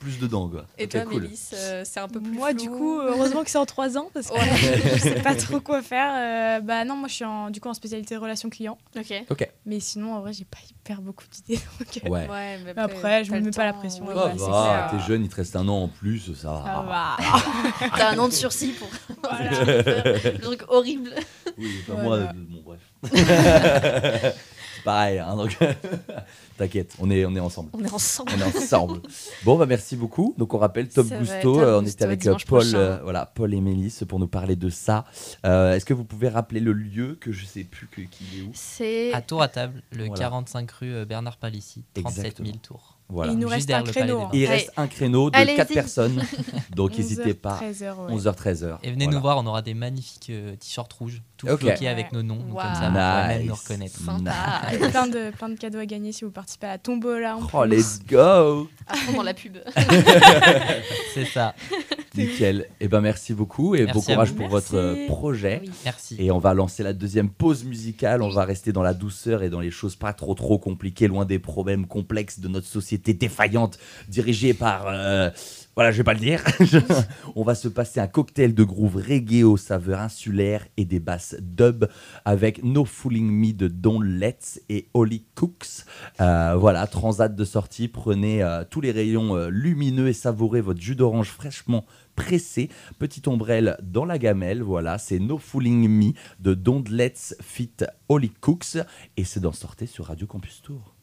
plus dedans, quoi. Et Ok, toi, cool. Mélisse, c'est un peu plus Moi, flou. du coup, heureusement que c'est en 3 ans parce que je sais pas trop quoi faire. Non, moi, je suis en spécialité relations clients. Ok. Mais sinon, en vrai, j'ai pas hyper beaucoup d'idées. Donc, Ouais. mais après, je t'as me le mets pas la temps. pression. Ouais, Ça ouais, c'est va, clair. t'es jeune, il te reste un an en plus, ça va. Ça va. T'as un an de sursis pour Voilà. le truc horrible. Oui, enfin Voilà. moi, bon bref. C'est pareil, hein, donc t'inquiète, on est ensemble. On est ensemble. On est ensemble. Bon, bah merci beaucoup. Donc on rappelle Top C'est vrai, Gusto. Top On Gusto, était avec dimanche Paul, prochain. Paul et Mélisse pour nous parler de ça. Est-ce que vous pouvez rappeler le lieu que je sais plus qu'il est où? C'est À Tour à Table, le Voilà. 45 rue Bernard Palissy, 37 000 Exactement. tours. Voilà. Et il nous Juste reste derrière un le Palais créneau. des hein. Bains. Il Allez. reste un créneau de Allez-y. 4 personnes. Donc n'hésitez pas. 13h, ouais. 11h-13h. Et venez nous voir, on aura des magnifiques t-shirts rouges, tout Ok. floqués avec nos noms. Donc Wow. comme ça, vous pourrez même Nice. nous reconnaître. sympa. Il y a plein de cadeaux à gagner si vous participez à la tombola. en Oh, plus. let's go! à fond dans la pub. C'est ça. Nickel. Et ben merci beaucoup et Merci bon à courage vous. pour Merci. votre projet. Oui. Merci. Et on va lancer la deuxième pause musicale. On va rester dans la douceur et dans les choses pas trop compliquées, loin des problèmes complexes de notre société défaillante, dirigée par... voilà, je vais pas le dire. On va se passer un cocktail de groove reggae aux saveurs insulaires et des basses dub avec No Fooling Me de Don Letts et Holly Cooks. Voilà, transat de sortie. Prenez tous les rayons lumineux et savourez votre jus d'orange fraîchement pressé. Petite ombrelle dans la gamelle. Voilà, c'est No Fooling Me de Don Letts fit Holly Cooks. Et c'est dans Sortez sur Radio Campus Tour.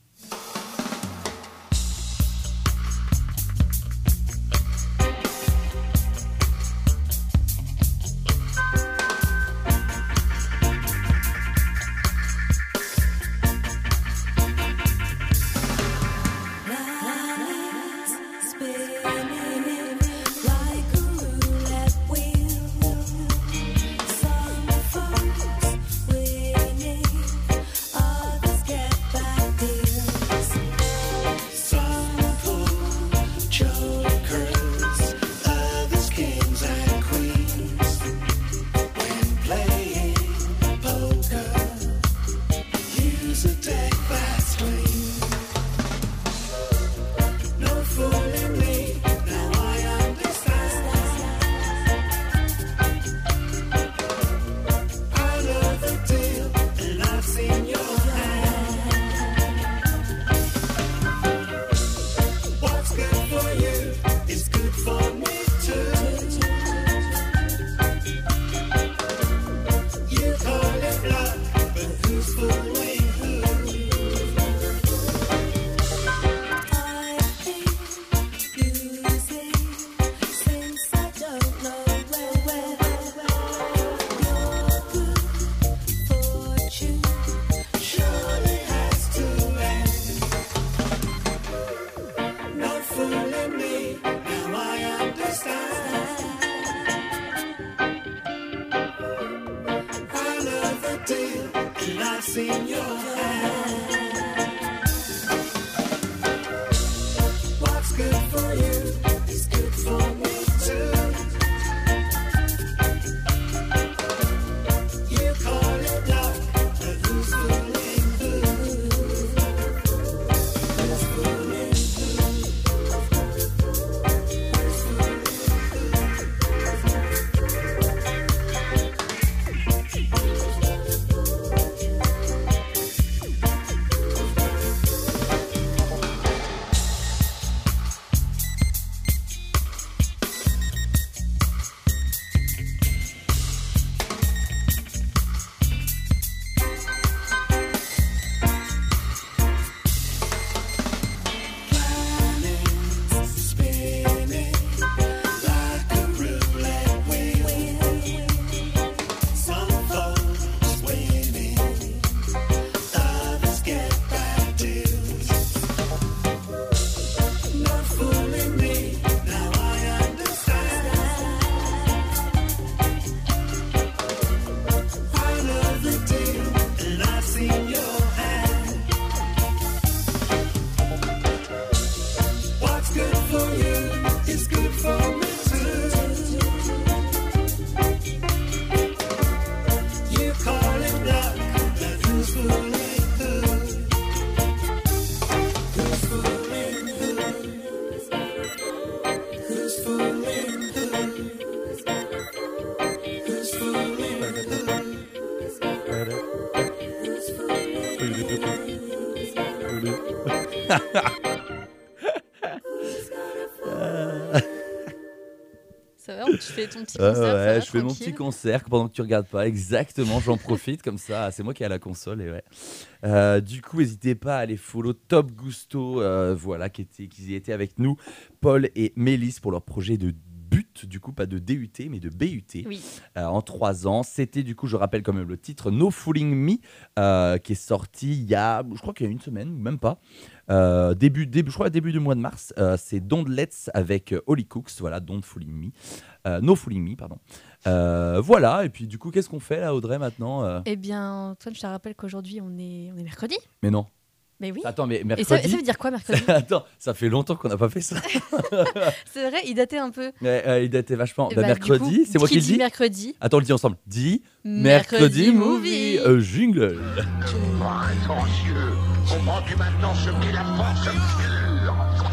Ça va, tu fais ton petit concert, ça va, je fais mon petit concert pendant que tu regardes pas. Exactement, j'en profite comme ça. C'est moi qui ai la console et ouais. Du coup, n'hésitez pas à aller follow Top Gusto, voilà, qui étaient avec nous, Paul et Mélisse pour leur projet de but, du coup pas de DUT mais de BUT, oui. En 3 ans. C'était du coup, je rappelle quand même le titre No Fooling Me, qui est sorti il y a, je crois qu'il y a une semaine, même pas. Début du mois de mars, c'est Don't Let's avec Holly Cooks, voilà, Don't Fooling Me, No Fooling Me, pardon. Voilà, et puis du coup, qu'est-ce qu'on fait là, Audrey, maintenant Eh bien, Antoine, je te rappelle qu'aujourd'hui, on est mercredi. Mais non. Mais oui. Attends, mais mercredi. Et ça veut dire quoi, mercredi? Attends, ça fait longtemps qu'on n'a pas fait ça. C'est vrai, il datait un peu. Il datait vachement. coup, Mercredi, c'est moi qui le dis. Mercredi. Attends, on le dit ensemble. Dis Mercredi movie. Jingle. Silencieux, comprends-tu maintenant ce qu'est la force obscure?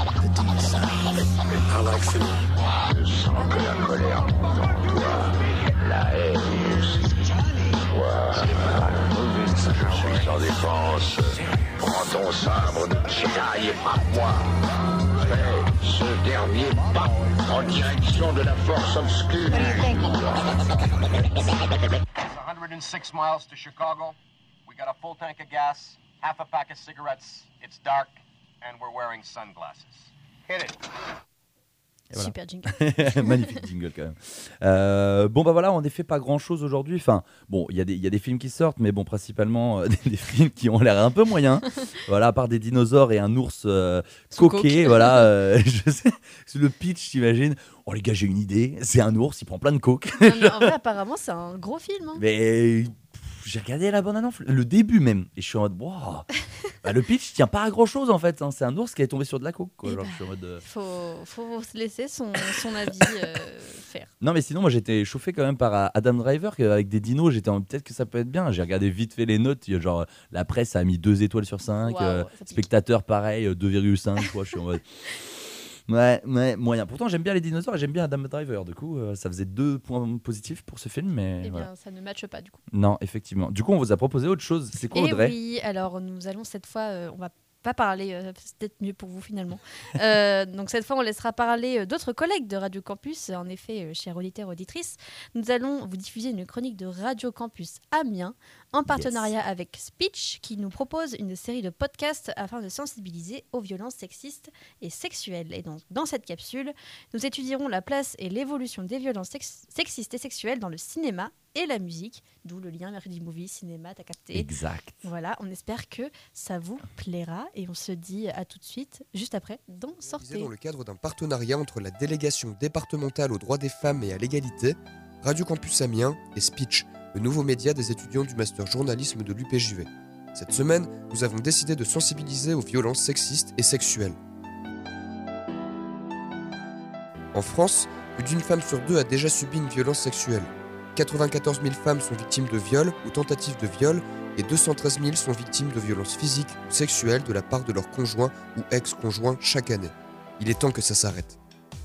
Je sens que la colère en toi, la haine aussi. Toi, je suis en défense. Prends ton sabre de Jedi et frappe-moi. Fais ce dernier pas en direction de la force obscure. 106 miles to Chicago. We got a full tank of gas, half a pack of cigarettes. It's dark, and we're wearing sunglasses. Hit it. Voilà. Super jingle. Magnifique jingle quand même. Bon bah voilà, on n'a fait pas grand chose aujourd'hui. Enfin bon, il y a des films qui sortent, mais bon principalement des films qui ont l'air un peu moyens. Voilà, à part des dinosaures et un ours coquet. Voilà, je sais, c'est le pitch, t'imagines. Oh les gars, j'ai une idée. C'est un ours, il prend plein de coke. Non, mais en vrai, apparemment, c'est un gros film. Hein. Mais j'ai regardé la bande-annonce, le début même, et je suis en mode, wow. Bah, le pitch tient pas à grand chose en fait. Hein. C'est un ours qui est tombé sur de la coke. Quoi. Alors, je suis en mode, faut se laisser son avis faire. Non, mais sinon, moi j'étais chauffé quand même par Adam Driver avec des dinos. J'étais en peut-être que ça peut être bien. J'ai regardé vite fait les notes. Genre, la presse a mis 2 étoiles sur 5. Wow, spectateurs, pareil, 2,5. Je suis en mode. Ouais, moyen. Pourtant, j'aime bien les dinosaures et j'aime bien Adam Driver. Du coup, ça faisait 2 points positifs pour ce film. Mais eh voilà. bien, ça ne matche pas du coup. Non, effectivement. Du coup, on vous a proposé autre chose. C'est quoi, Audrey? Oui, alors nous allons cette fois, on va pas parler, c'est peut-être mieux pour vous finalement. Donc cette fois, on laissera parler d'autres collègues de Radio Campus. En effet, chers auditeurs, auditrices, nous allons vous diffuser une chronique de Radio Campus Amiens en partenariat avec Speech, qui nous propose une série de podcasts afin de sensibiliser aux violences sexistes et sexuelles. Et donc, dans cette capsule, nous étudierons la place et l'évolution des violences sexistes et sexuelles dans le cinéma et la musique, d'où le lien Mercredi Movie, cinéma, t'as capté. Exact. Voilà, on espère que ça vous plaira et on se dit à tout de suite, juste après, dans Sortez. Dans le cadre d'un partenariat entre la délégation départementale aux droits des femmes et à l'égalité, Radio Campus Amiens et Speech, le nouveau média des étudiants du master journalisme de l'UPJV. Cette semaine, nous avons décidé de sensibiliser aux violences sexistes et sexuelles. En France, plus d'une femme sur 2 a déjà subi une violence sexuelle. 94 000 femmes sont victimes de viol ou tentatives de viol et 213 000 sont victimes de violences physiques ou sexuelles de la part de leur conjoint ou ex-conjoint chaque année. Il est temps que ça s'arrête.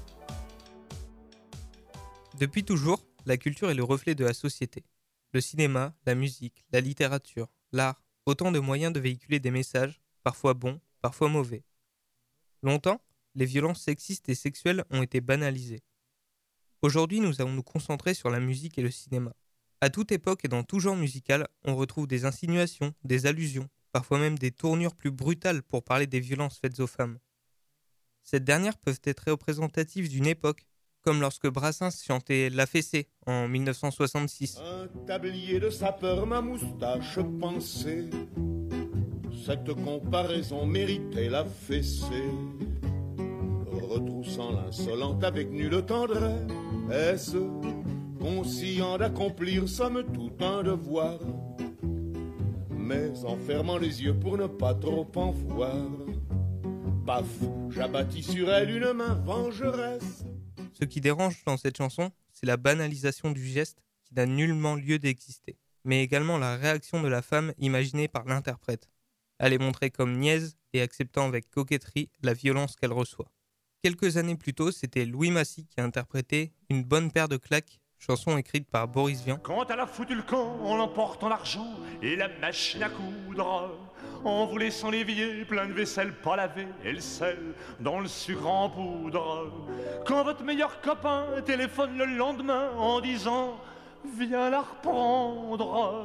Depuis toujours, la culture est le reflet de la société. Le cinéma, la musique, la littérature, l'art, autant de moyens de véhiculer des messages, parfois bons, parfois mauvais. Longtemps, les violences sexistes et sexuelles ont été banalisées. Aujourd'hui, nous allons nous concentrer sur la musique et le cinéma. À toute époque et dans tout genre musical, on retrouve des insinuations, des allusions, parfois même des tournures plus brutales pour parler des violences faites aux femmes. Ces dernières peuvent être représentatives d'une époque, comme lorsque Brassens chantait La Fessée en 1966. Un tablier de sapeur, ma moustache pensée, cette comparaison méritait la fessée. Retroussant l'insolente avec nulle tendresse, conscient d'accomplir somme toute un devoir, mais en fermant les yeux pour ne pas trop en voir, paf, j'abattis sur elle une main vengeresse. Ce qui dérange dans cette chanson, c'est la banalisation du geste qui n'a nullement lieu d'exister, mais également la réaction de la femme imaginée par l'interprète. Elle est montrée comme niaise et acceptant avec coquetterie la violence qu'elle reçoit. Quelques années plus tôt, c'était Louis Massy qui interprétait Une bonne paire de claques, chanson écrite par Boris Vian. Quand elle a foutu le camp, on l'emporte en argent et la machine à coudre. en vous laissant l'évier plein de vaisselle pas lavée et le sel dans le sucre en poudre. Quand votre meilleur copain téléphone le lendemain en disant « Viens la reprendre »,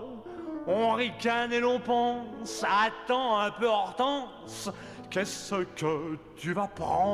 on ricane et l'on pense « Attends un peu Hortense, qu'est-ce que tu vas prendre ?»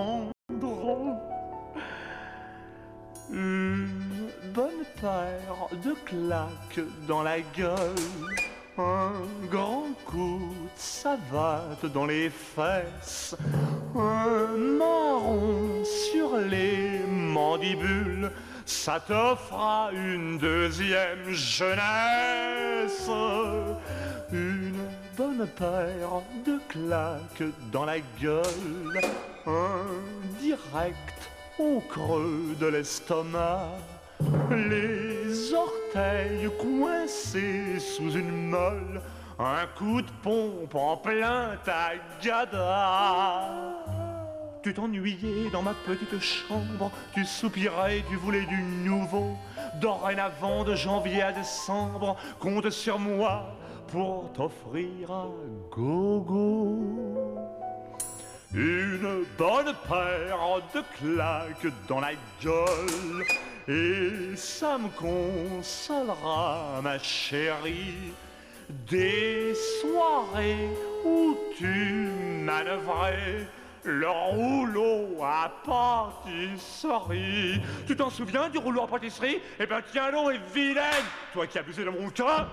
Une bonne paire de claques dans la gueule, un grand coup de savate dans les fesses, un marron sur les mandibules, ça t'offra une deuxième jeunesse. Une bonne paire de claques dans la gueule, un direct au creux de l'estomac, les orteils coincés sous une molle, un coup de pompe en plein tagada. Tu t'ennuyais dans ma petite chambre, tu soupirais, tu voulais du nouveau. Dorénavant, de janvier à décembre, compte sur moi pour t'offrir un gogo. Une bonne paire de claques dans la gueule, et ça me consolera, ma chérie, des soirées où tu manœuvrais le rouleau à pâtisserie. Tu t'en souviens du rouleau à pâtisserie? Eh ben tiens donc, et vilaine, toi qui abusais de mon cœur.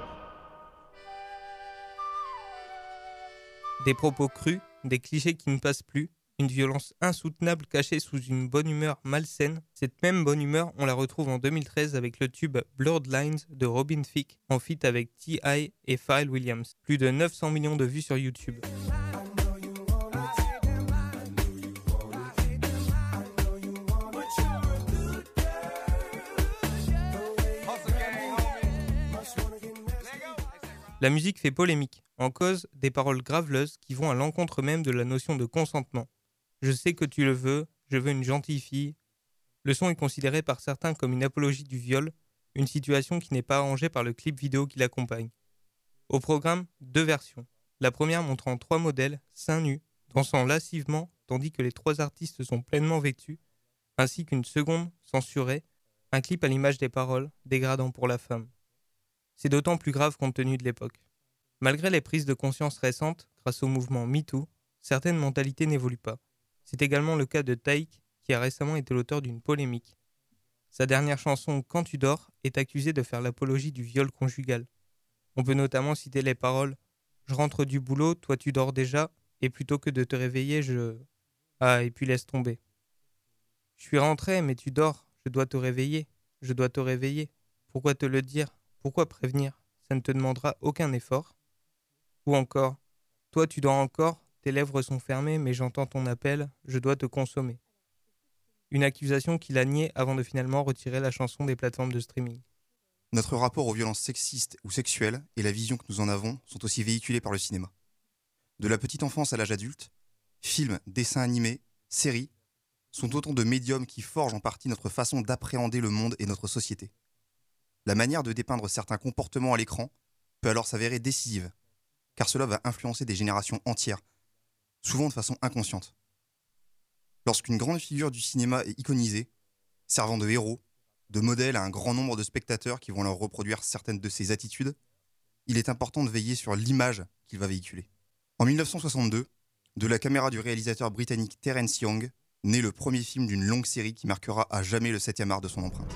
Des propos crus, des clichés qui ne passent plus, une violence insoutenable cachée sous une bonne humeur malsaine. Cette même bonne humeur, on la retrouve en 2013 avec le tube Blurred Lines de Robin Thicke en feat avec T.I. et Pharrell Williams. Plus de 900 millions de vues sur YouTube. La musique fait polémique, en cause des paroles graveleuses qui vont à l'encontre même de la notion de consentement. Je sais que tu le veux, je veux une gentille fille. Le son est considéré par certains comme une apologie du viol, une situation qui n'est pas arrangée par le clip vidéo qui l'accompagne. Au programme, 2 versions. La première montrant 3 modèles, seins nus, dansant lascivement tandis que les 3 artistes sont pleinement vêtus, ainsi qu'une seconde, censurée, un clip à l'image des paroles, dégradant pour la femme. C'est d'autant plus grave compte tenu de l'époque. Malgré les prises de conscience récentes, grâce au mouvement MeToo, certaines mentalités n'évoluent pas. C'est également le cas de Taïk, qui a récemment été l'auteur d'une polémique. Sa dernière chanson, Quand tu dors, est accusée de faire l'apologie du viol conjugal. On peut notamment citer les paroles « Je rentre du boulot, toi tu dors déjà, et plutôt que de te réveiller, je... Ah, et puis laisse tomber. Je suis rentré, mais tu dors, je dois te réveiller, je dois te réveiller. Pourquoi te le dire ? Pourquoi prévenir ? Ça ne te demandera aucun effort. » Ou encore « Toi tu dors encore, tes lèvres sont fermées, mais j'entends ton appel, je dois te consommer. » Une accusation qu'il a niée avant de finalement retirer la chanson des plateformes de streaming. Notre rapport aux violences sexistes ou sexuelles et la vision que nous en avons sont aussi véhiculés par le cinéma. De la petite enfance à l'âge adulte, films, dessins animés, séries sont autant de médiums qui forgent en partie notre façon d'appréhender le monde et notre société. La manière de dépeindre certains comportements à l'écran peut alors s'avérer décisive, car cela va influencer des générations entières, souvent de façon inconsciente. Lorsqu'une grande figure du cinéma est iconisée, servant de héros, de modèle à un grand nombre de spectateurs qui vont leur reproduire certaines de ses attitudes, il est important de veiller sur l'image qu'il va véhiculer. En 1962, de la caméra du réalisateur britannique Terence Young, naît le premier film d'une longue série qui marquera à jamais le 7e art de son empreinte.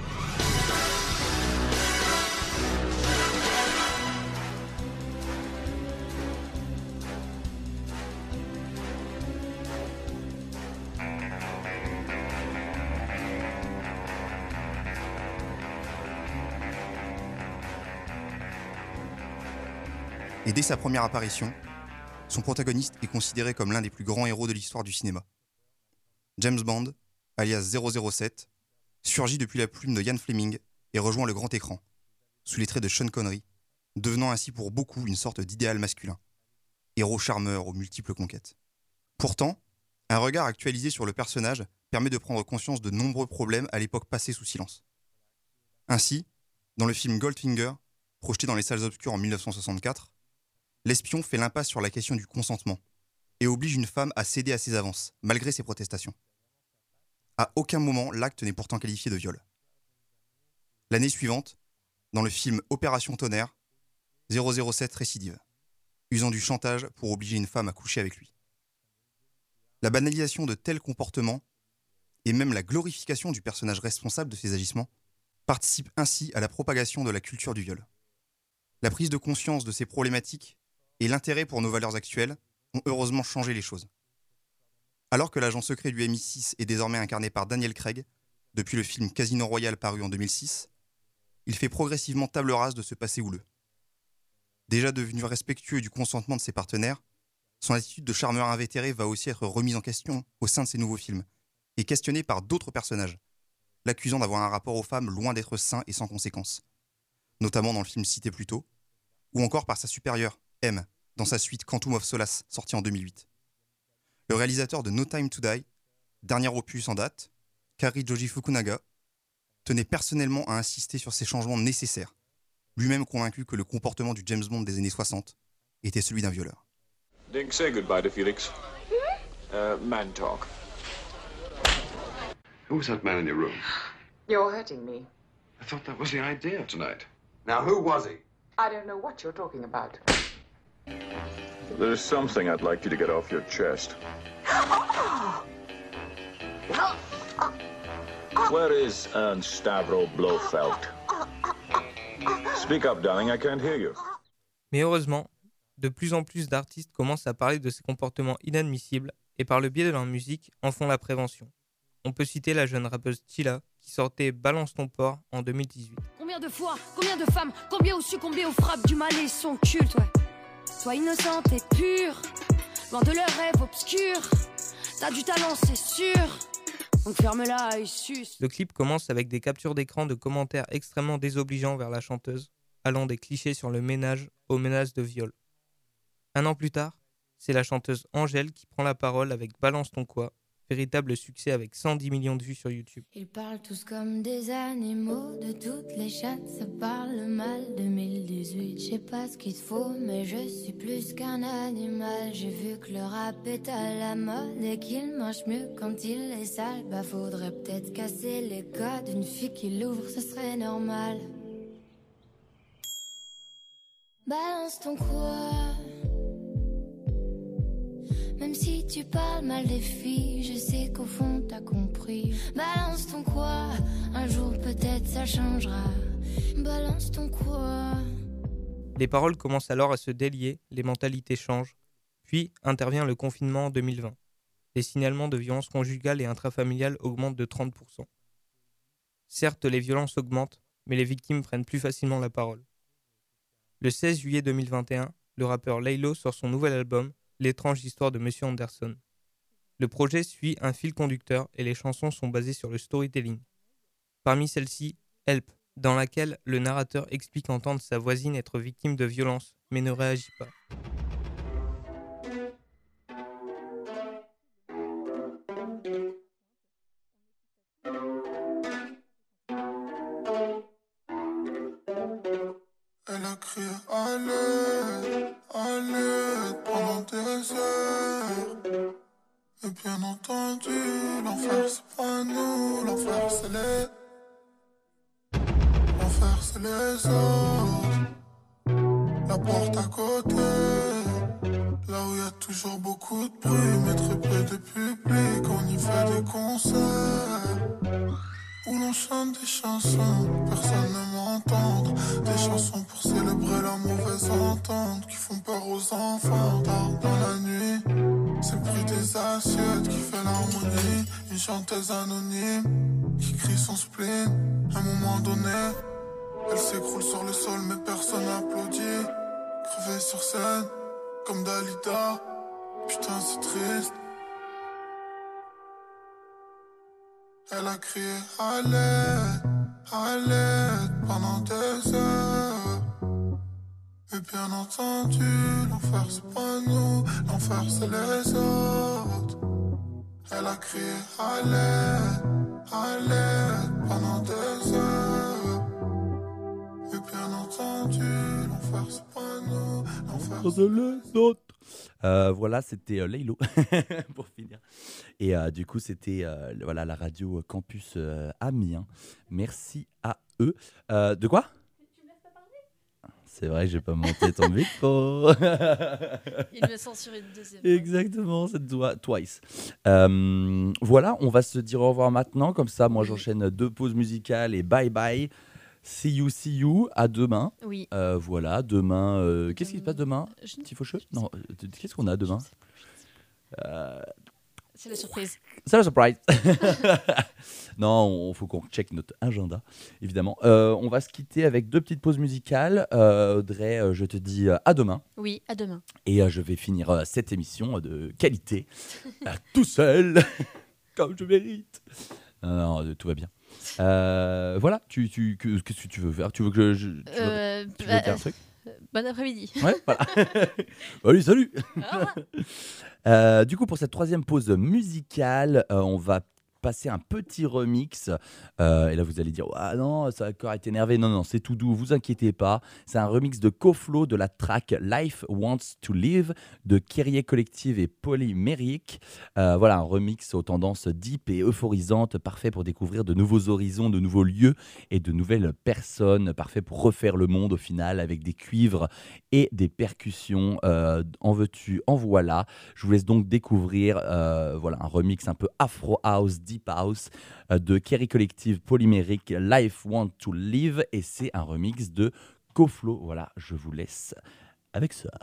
Et dès sa première apparition, son protagoniste est considéré comme l'un des plus grands héros de l'histoire du cinéma. James Bond, alias 007, surgit depuis la plume de Ian Fleming et rejoint le grand écran, sous les traits de Sean Connery, devenant ainsi pour beaucoup une sorte d'idéal masculin, héros charmeur aux multiples conquêtes. Pourtant, un regard actualisé sur le personnage permet de prendre conscience de nombreux problèmes à l'époque passée sous silence. Ainsi, dans le film Goldfinger, projeté dans les salles obscures en 1964, l'espion fait l'impasse sur la question du consentement et oblige une femme à céder à ses avances, malgré ses protestations. À aucun moment, l'acte n'est pourtant qualifié de viol. L'année suivante, dans le film Opération Tonnerre, 007 récidive, usant du chantage pour obliger une femme à coucher avec lui. La banalisation de tels comportements, et même la glorification du personnage responsable de ces agissements, participe ainsi à la propagation de la culture du viol. La prise de conscience de ces problématiques et l'intérêt pour nos valeurs actuelles ont heureusement changé les choses. Alors que l'agent secret du MI6 est désormais incarné par Daniel Craig, depuis le film Casino Royale paru en 2006, il fait progressivement table rase de ce passé houleux. Déjà devenu respectueux du consentement de ses partenaires, son attitude de charmeur invétéré va aussi être remise en question au sein de ses nouveaux films, et questionné par d'autres personnages, l'accusant d'avoir un rapport aux femmes loin d'être sain et sans conséquences, notamment dans le film cité plus tôt, ou encore par sa supérieure, M, dans sa suite Quantum of Solace, sortie en 2008. Le réalisateur de No Time to Die, dernier opus en date, Kari Joji Fukunaga, tenait personnellement à insister sur ces changements nécessaires, lui-même convaincu que le comportement du James Bond des années 60 était celui d'un violeur. Dink, say goodbye to Felix. Man talk. Who was that man in your room? You're hurting me. I thought that was the idea tonight. Now, who was he? I don't know what you're talking about. There's something I'd like you to get off your chest. Where is Ernst Stavro Blofeld? Speak up, darling, I can't hear you. Mais heureusement, de plus en plus d'artistes commencent à parler de ces comportements inadmissibles et par le biais de leur musique en font la prévention. On peut citer la jeune rappeuse Tila qui sortait Balance ton porc en 2018. Combien de fois, combien de femmes, combien ont succombé aux frappes du mal et son culte, ouais. Sois innocente et pure, loin de leurs rêves obscurs. T'as du talent, c'est sûr, donc ferme-la et suce. Le clip commence avec des captures d'écran de commentaires extrêmement désobligeants vers la chanteuse, allant des clichés sur le ménage aux menaces de viol. Un an plus tard, c'est la chanteuse Angèle qui prend la parole avec Balance ton quoi, véritable succès avec 110 millions de vues sur YouTube. Ils parlent tous comme des animaux, de toutes les chattes, ça parle mal. 2018, je sais pas ce qu'il te faut, mais je suis plus qu'un animal. J'ai vu que le rap est à la mode et qu'il marche mieux quand il est sale. Bah faudrait peut-être casser les codes, une fille qui l'ouvre, ce serait normal. Balance ton quoi. Même si tu parles mal des filles, je sais qu'au fond t'as compris. Balance ton quoi, un jour peut-être ça changera. Balance ton quoi. Les paroles commencent alors à se délier, les mentalités changent. Puis intervient le confinement en 2020. Les signalements de violences conjugales et intrafamiliales augmentent de 30%. Certes, les violences augmentent, mais les victimes prennent plus facilement la parole. Le 16 juillet 2021, le rappeur Laylo sort son nouvel album, L'étrange histoire de Monsieur Anderson. Le projet suit un fil conducteur et les chansons sont basées sur le storytelling. Parmi celles-ci, Help, dans laquelle le narrateur explique entendre sa voisine être victime de violences, mais ne réagit pas. Elle a crié à l'aide pendant des heures. Et bien entendu, l'enfer c'est pas nous, l'enfer c'est les autres. La porte à côté, là où y a toujours beaucoup de bruit, mais très peu de public. On y fait des concerts où l'on chante des chansons, personne ne m'entend. Des chansons pour célébrer la mauvaise entente qui font peur aux enfants. Tard dans la nuit, c'est le bruit des assiettes qui fait l'harmonie. Une chanteuse anonyme qui crie son spleen. À un moment donné, elle s'écroule sur le sol mais personne n'applaudit. Crevée sur scène, comme Dalida. Putain c'est triste. Elle a crié à l'aide pendant des heures. Et bien entendu, l'enfer c'est pas nous, l'enfer c'est les autres. Elle a crié à l'aide pendant des heures. Et bien entendu, l'enfer c'est pas nous. Voilà, c'était Laylo pour finir. Et du coup, c'était voilà, la radio Campus Amiens. Merci à eux. De quoi ? C'est vrai que j'ai pas monté ton micro. Il me censure une deuxième fois. Exactement, c'est twice. Voilà, on va se dire au revoir maintenant. Comme ça, moi, j'enchaîne 2 pauses musicales et bye bye. See you. À demain. Oui. Voilà, demain. Qu'est-ce qui se passe demain ? Petit faucheux ? Non, qu'est-ce qu'on a demain ? C'est la surprise. C'est la surprise. Non, il faut qu'on check notre agenda, évidemment. On va se quitter avec 2 petites pauses musicales. Audrey, je te dis à demain. Oui, à demain. Et je vais finir cette émission de qualité tout seul, comme je mérite. Non, tout va bien. Voilà, qu'est-ce que tu veux faire ? Tu veux que tu veux faire un truc ? Bon après-midi. Ouais, voilà. Allez, salut. Du coup, pour cette 3e pause musicale, on va passer un petit remix. Et là, vous allez dire, ah non, ça va encore être énervé. Non, c'est tout doux, vous inquiétez pas. C'est un remix de Koflo de la track Life Wants to Live de Kyrie Collective et Polymérique. Voilà, un remix aux tendances deep et euphorisantes, parfait pour découvrir de nouveaux horizons, de nouveaux lieux et de nouvelles personnes. Parfait pour refaire le monde au final avec des cuivres et des percussions. En veux-tu, en voilà. Je vous laisse donc découvrir voilà, un remix un peu Afro House, Deep House de Kerry Collective Polymérique, Life Want to Live, et c'est un remix de Koflo. Voilà, je vous laisse avec ça.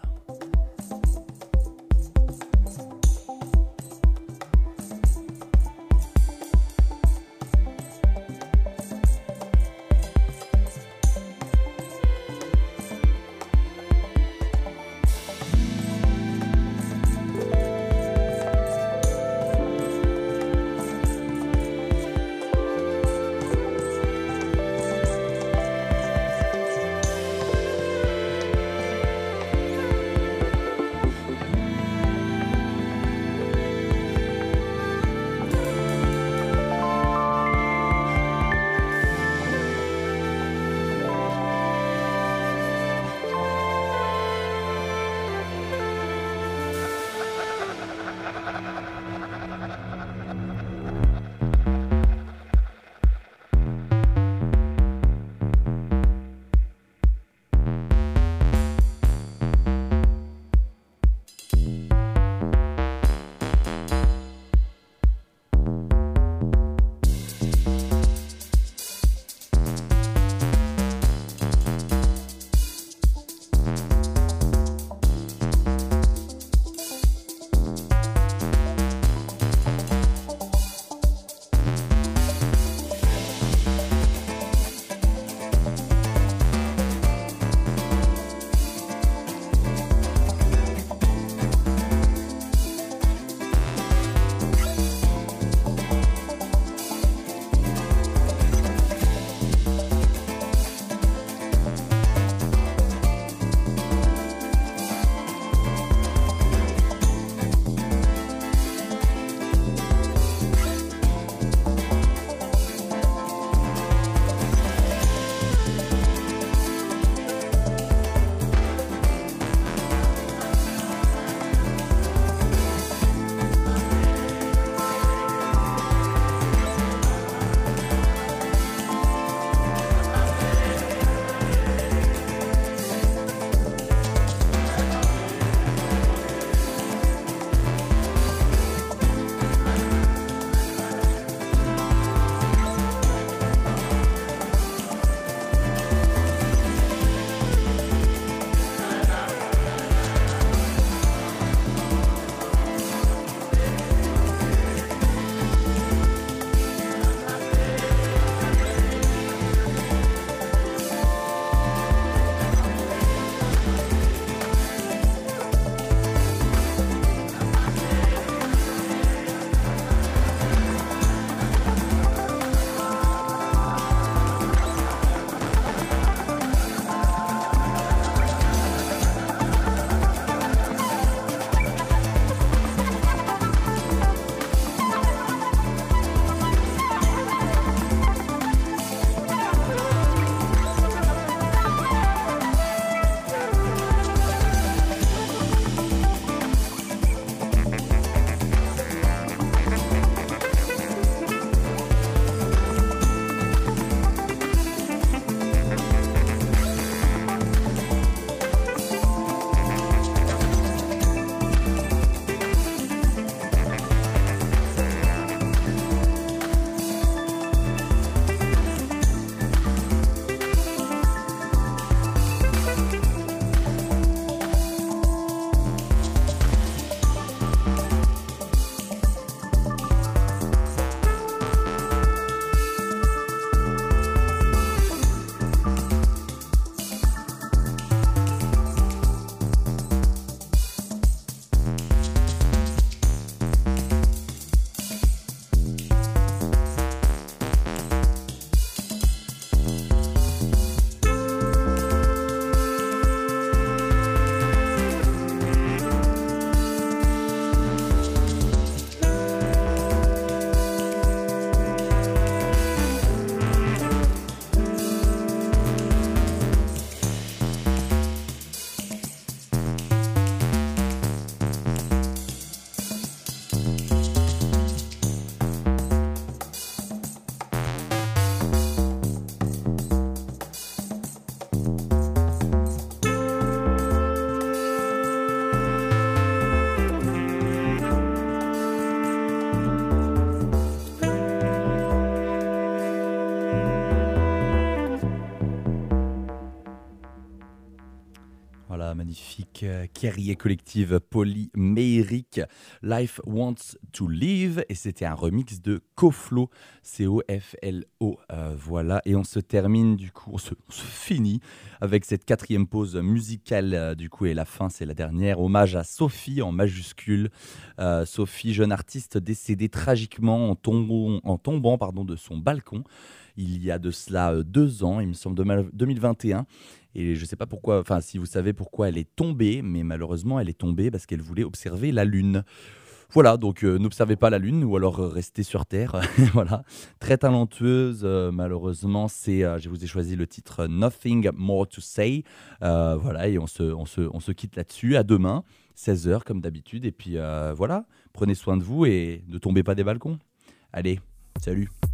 avec Kerry et collective Polyméérique, Life Wants to Live, et c'était un remix de Coflo, C-O-F-L-O. Voilà, et on se termine du coup, on se finit avec cette 4e pause musicale du coup, et la fin c'est la dernière, hommage à Sophie en majuscule. Sophie, jeune artiste décédée tragiquement en tombant de son balcon. Il y a de cela 2 ans, il me semble 2021. Et je ne sais pas pourquoi, enfin si vous savez pourquoi elle est tombée, mais malheureusement elle est tombée parce qu'elle voulait observer la Lune. Voilà, donc n'observez pas la Lune ou alors restez sur Terre. Voilà, très talentueuse. Malheureusement, je vous ai choisi le titre Nothing More to Say. Voilà, et on se quitte là-dessus. À demain, 16h comme d'habitude. Et puis voilà, prenez soin de vous et ne tombez pas des balcons. Allez, salut.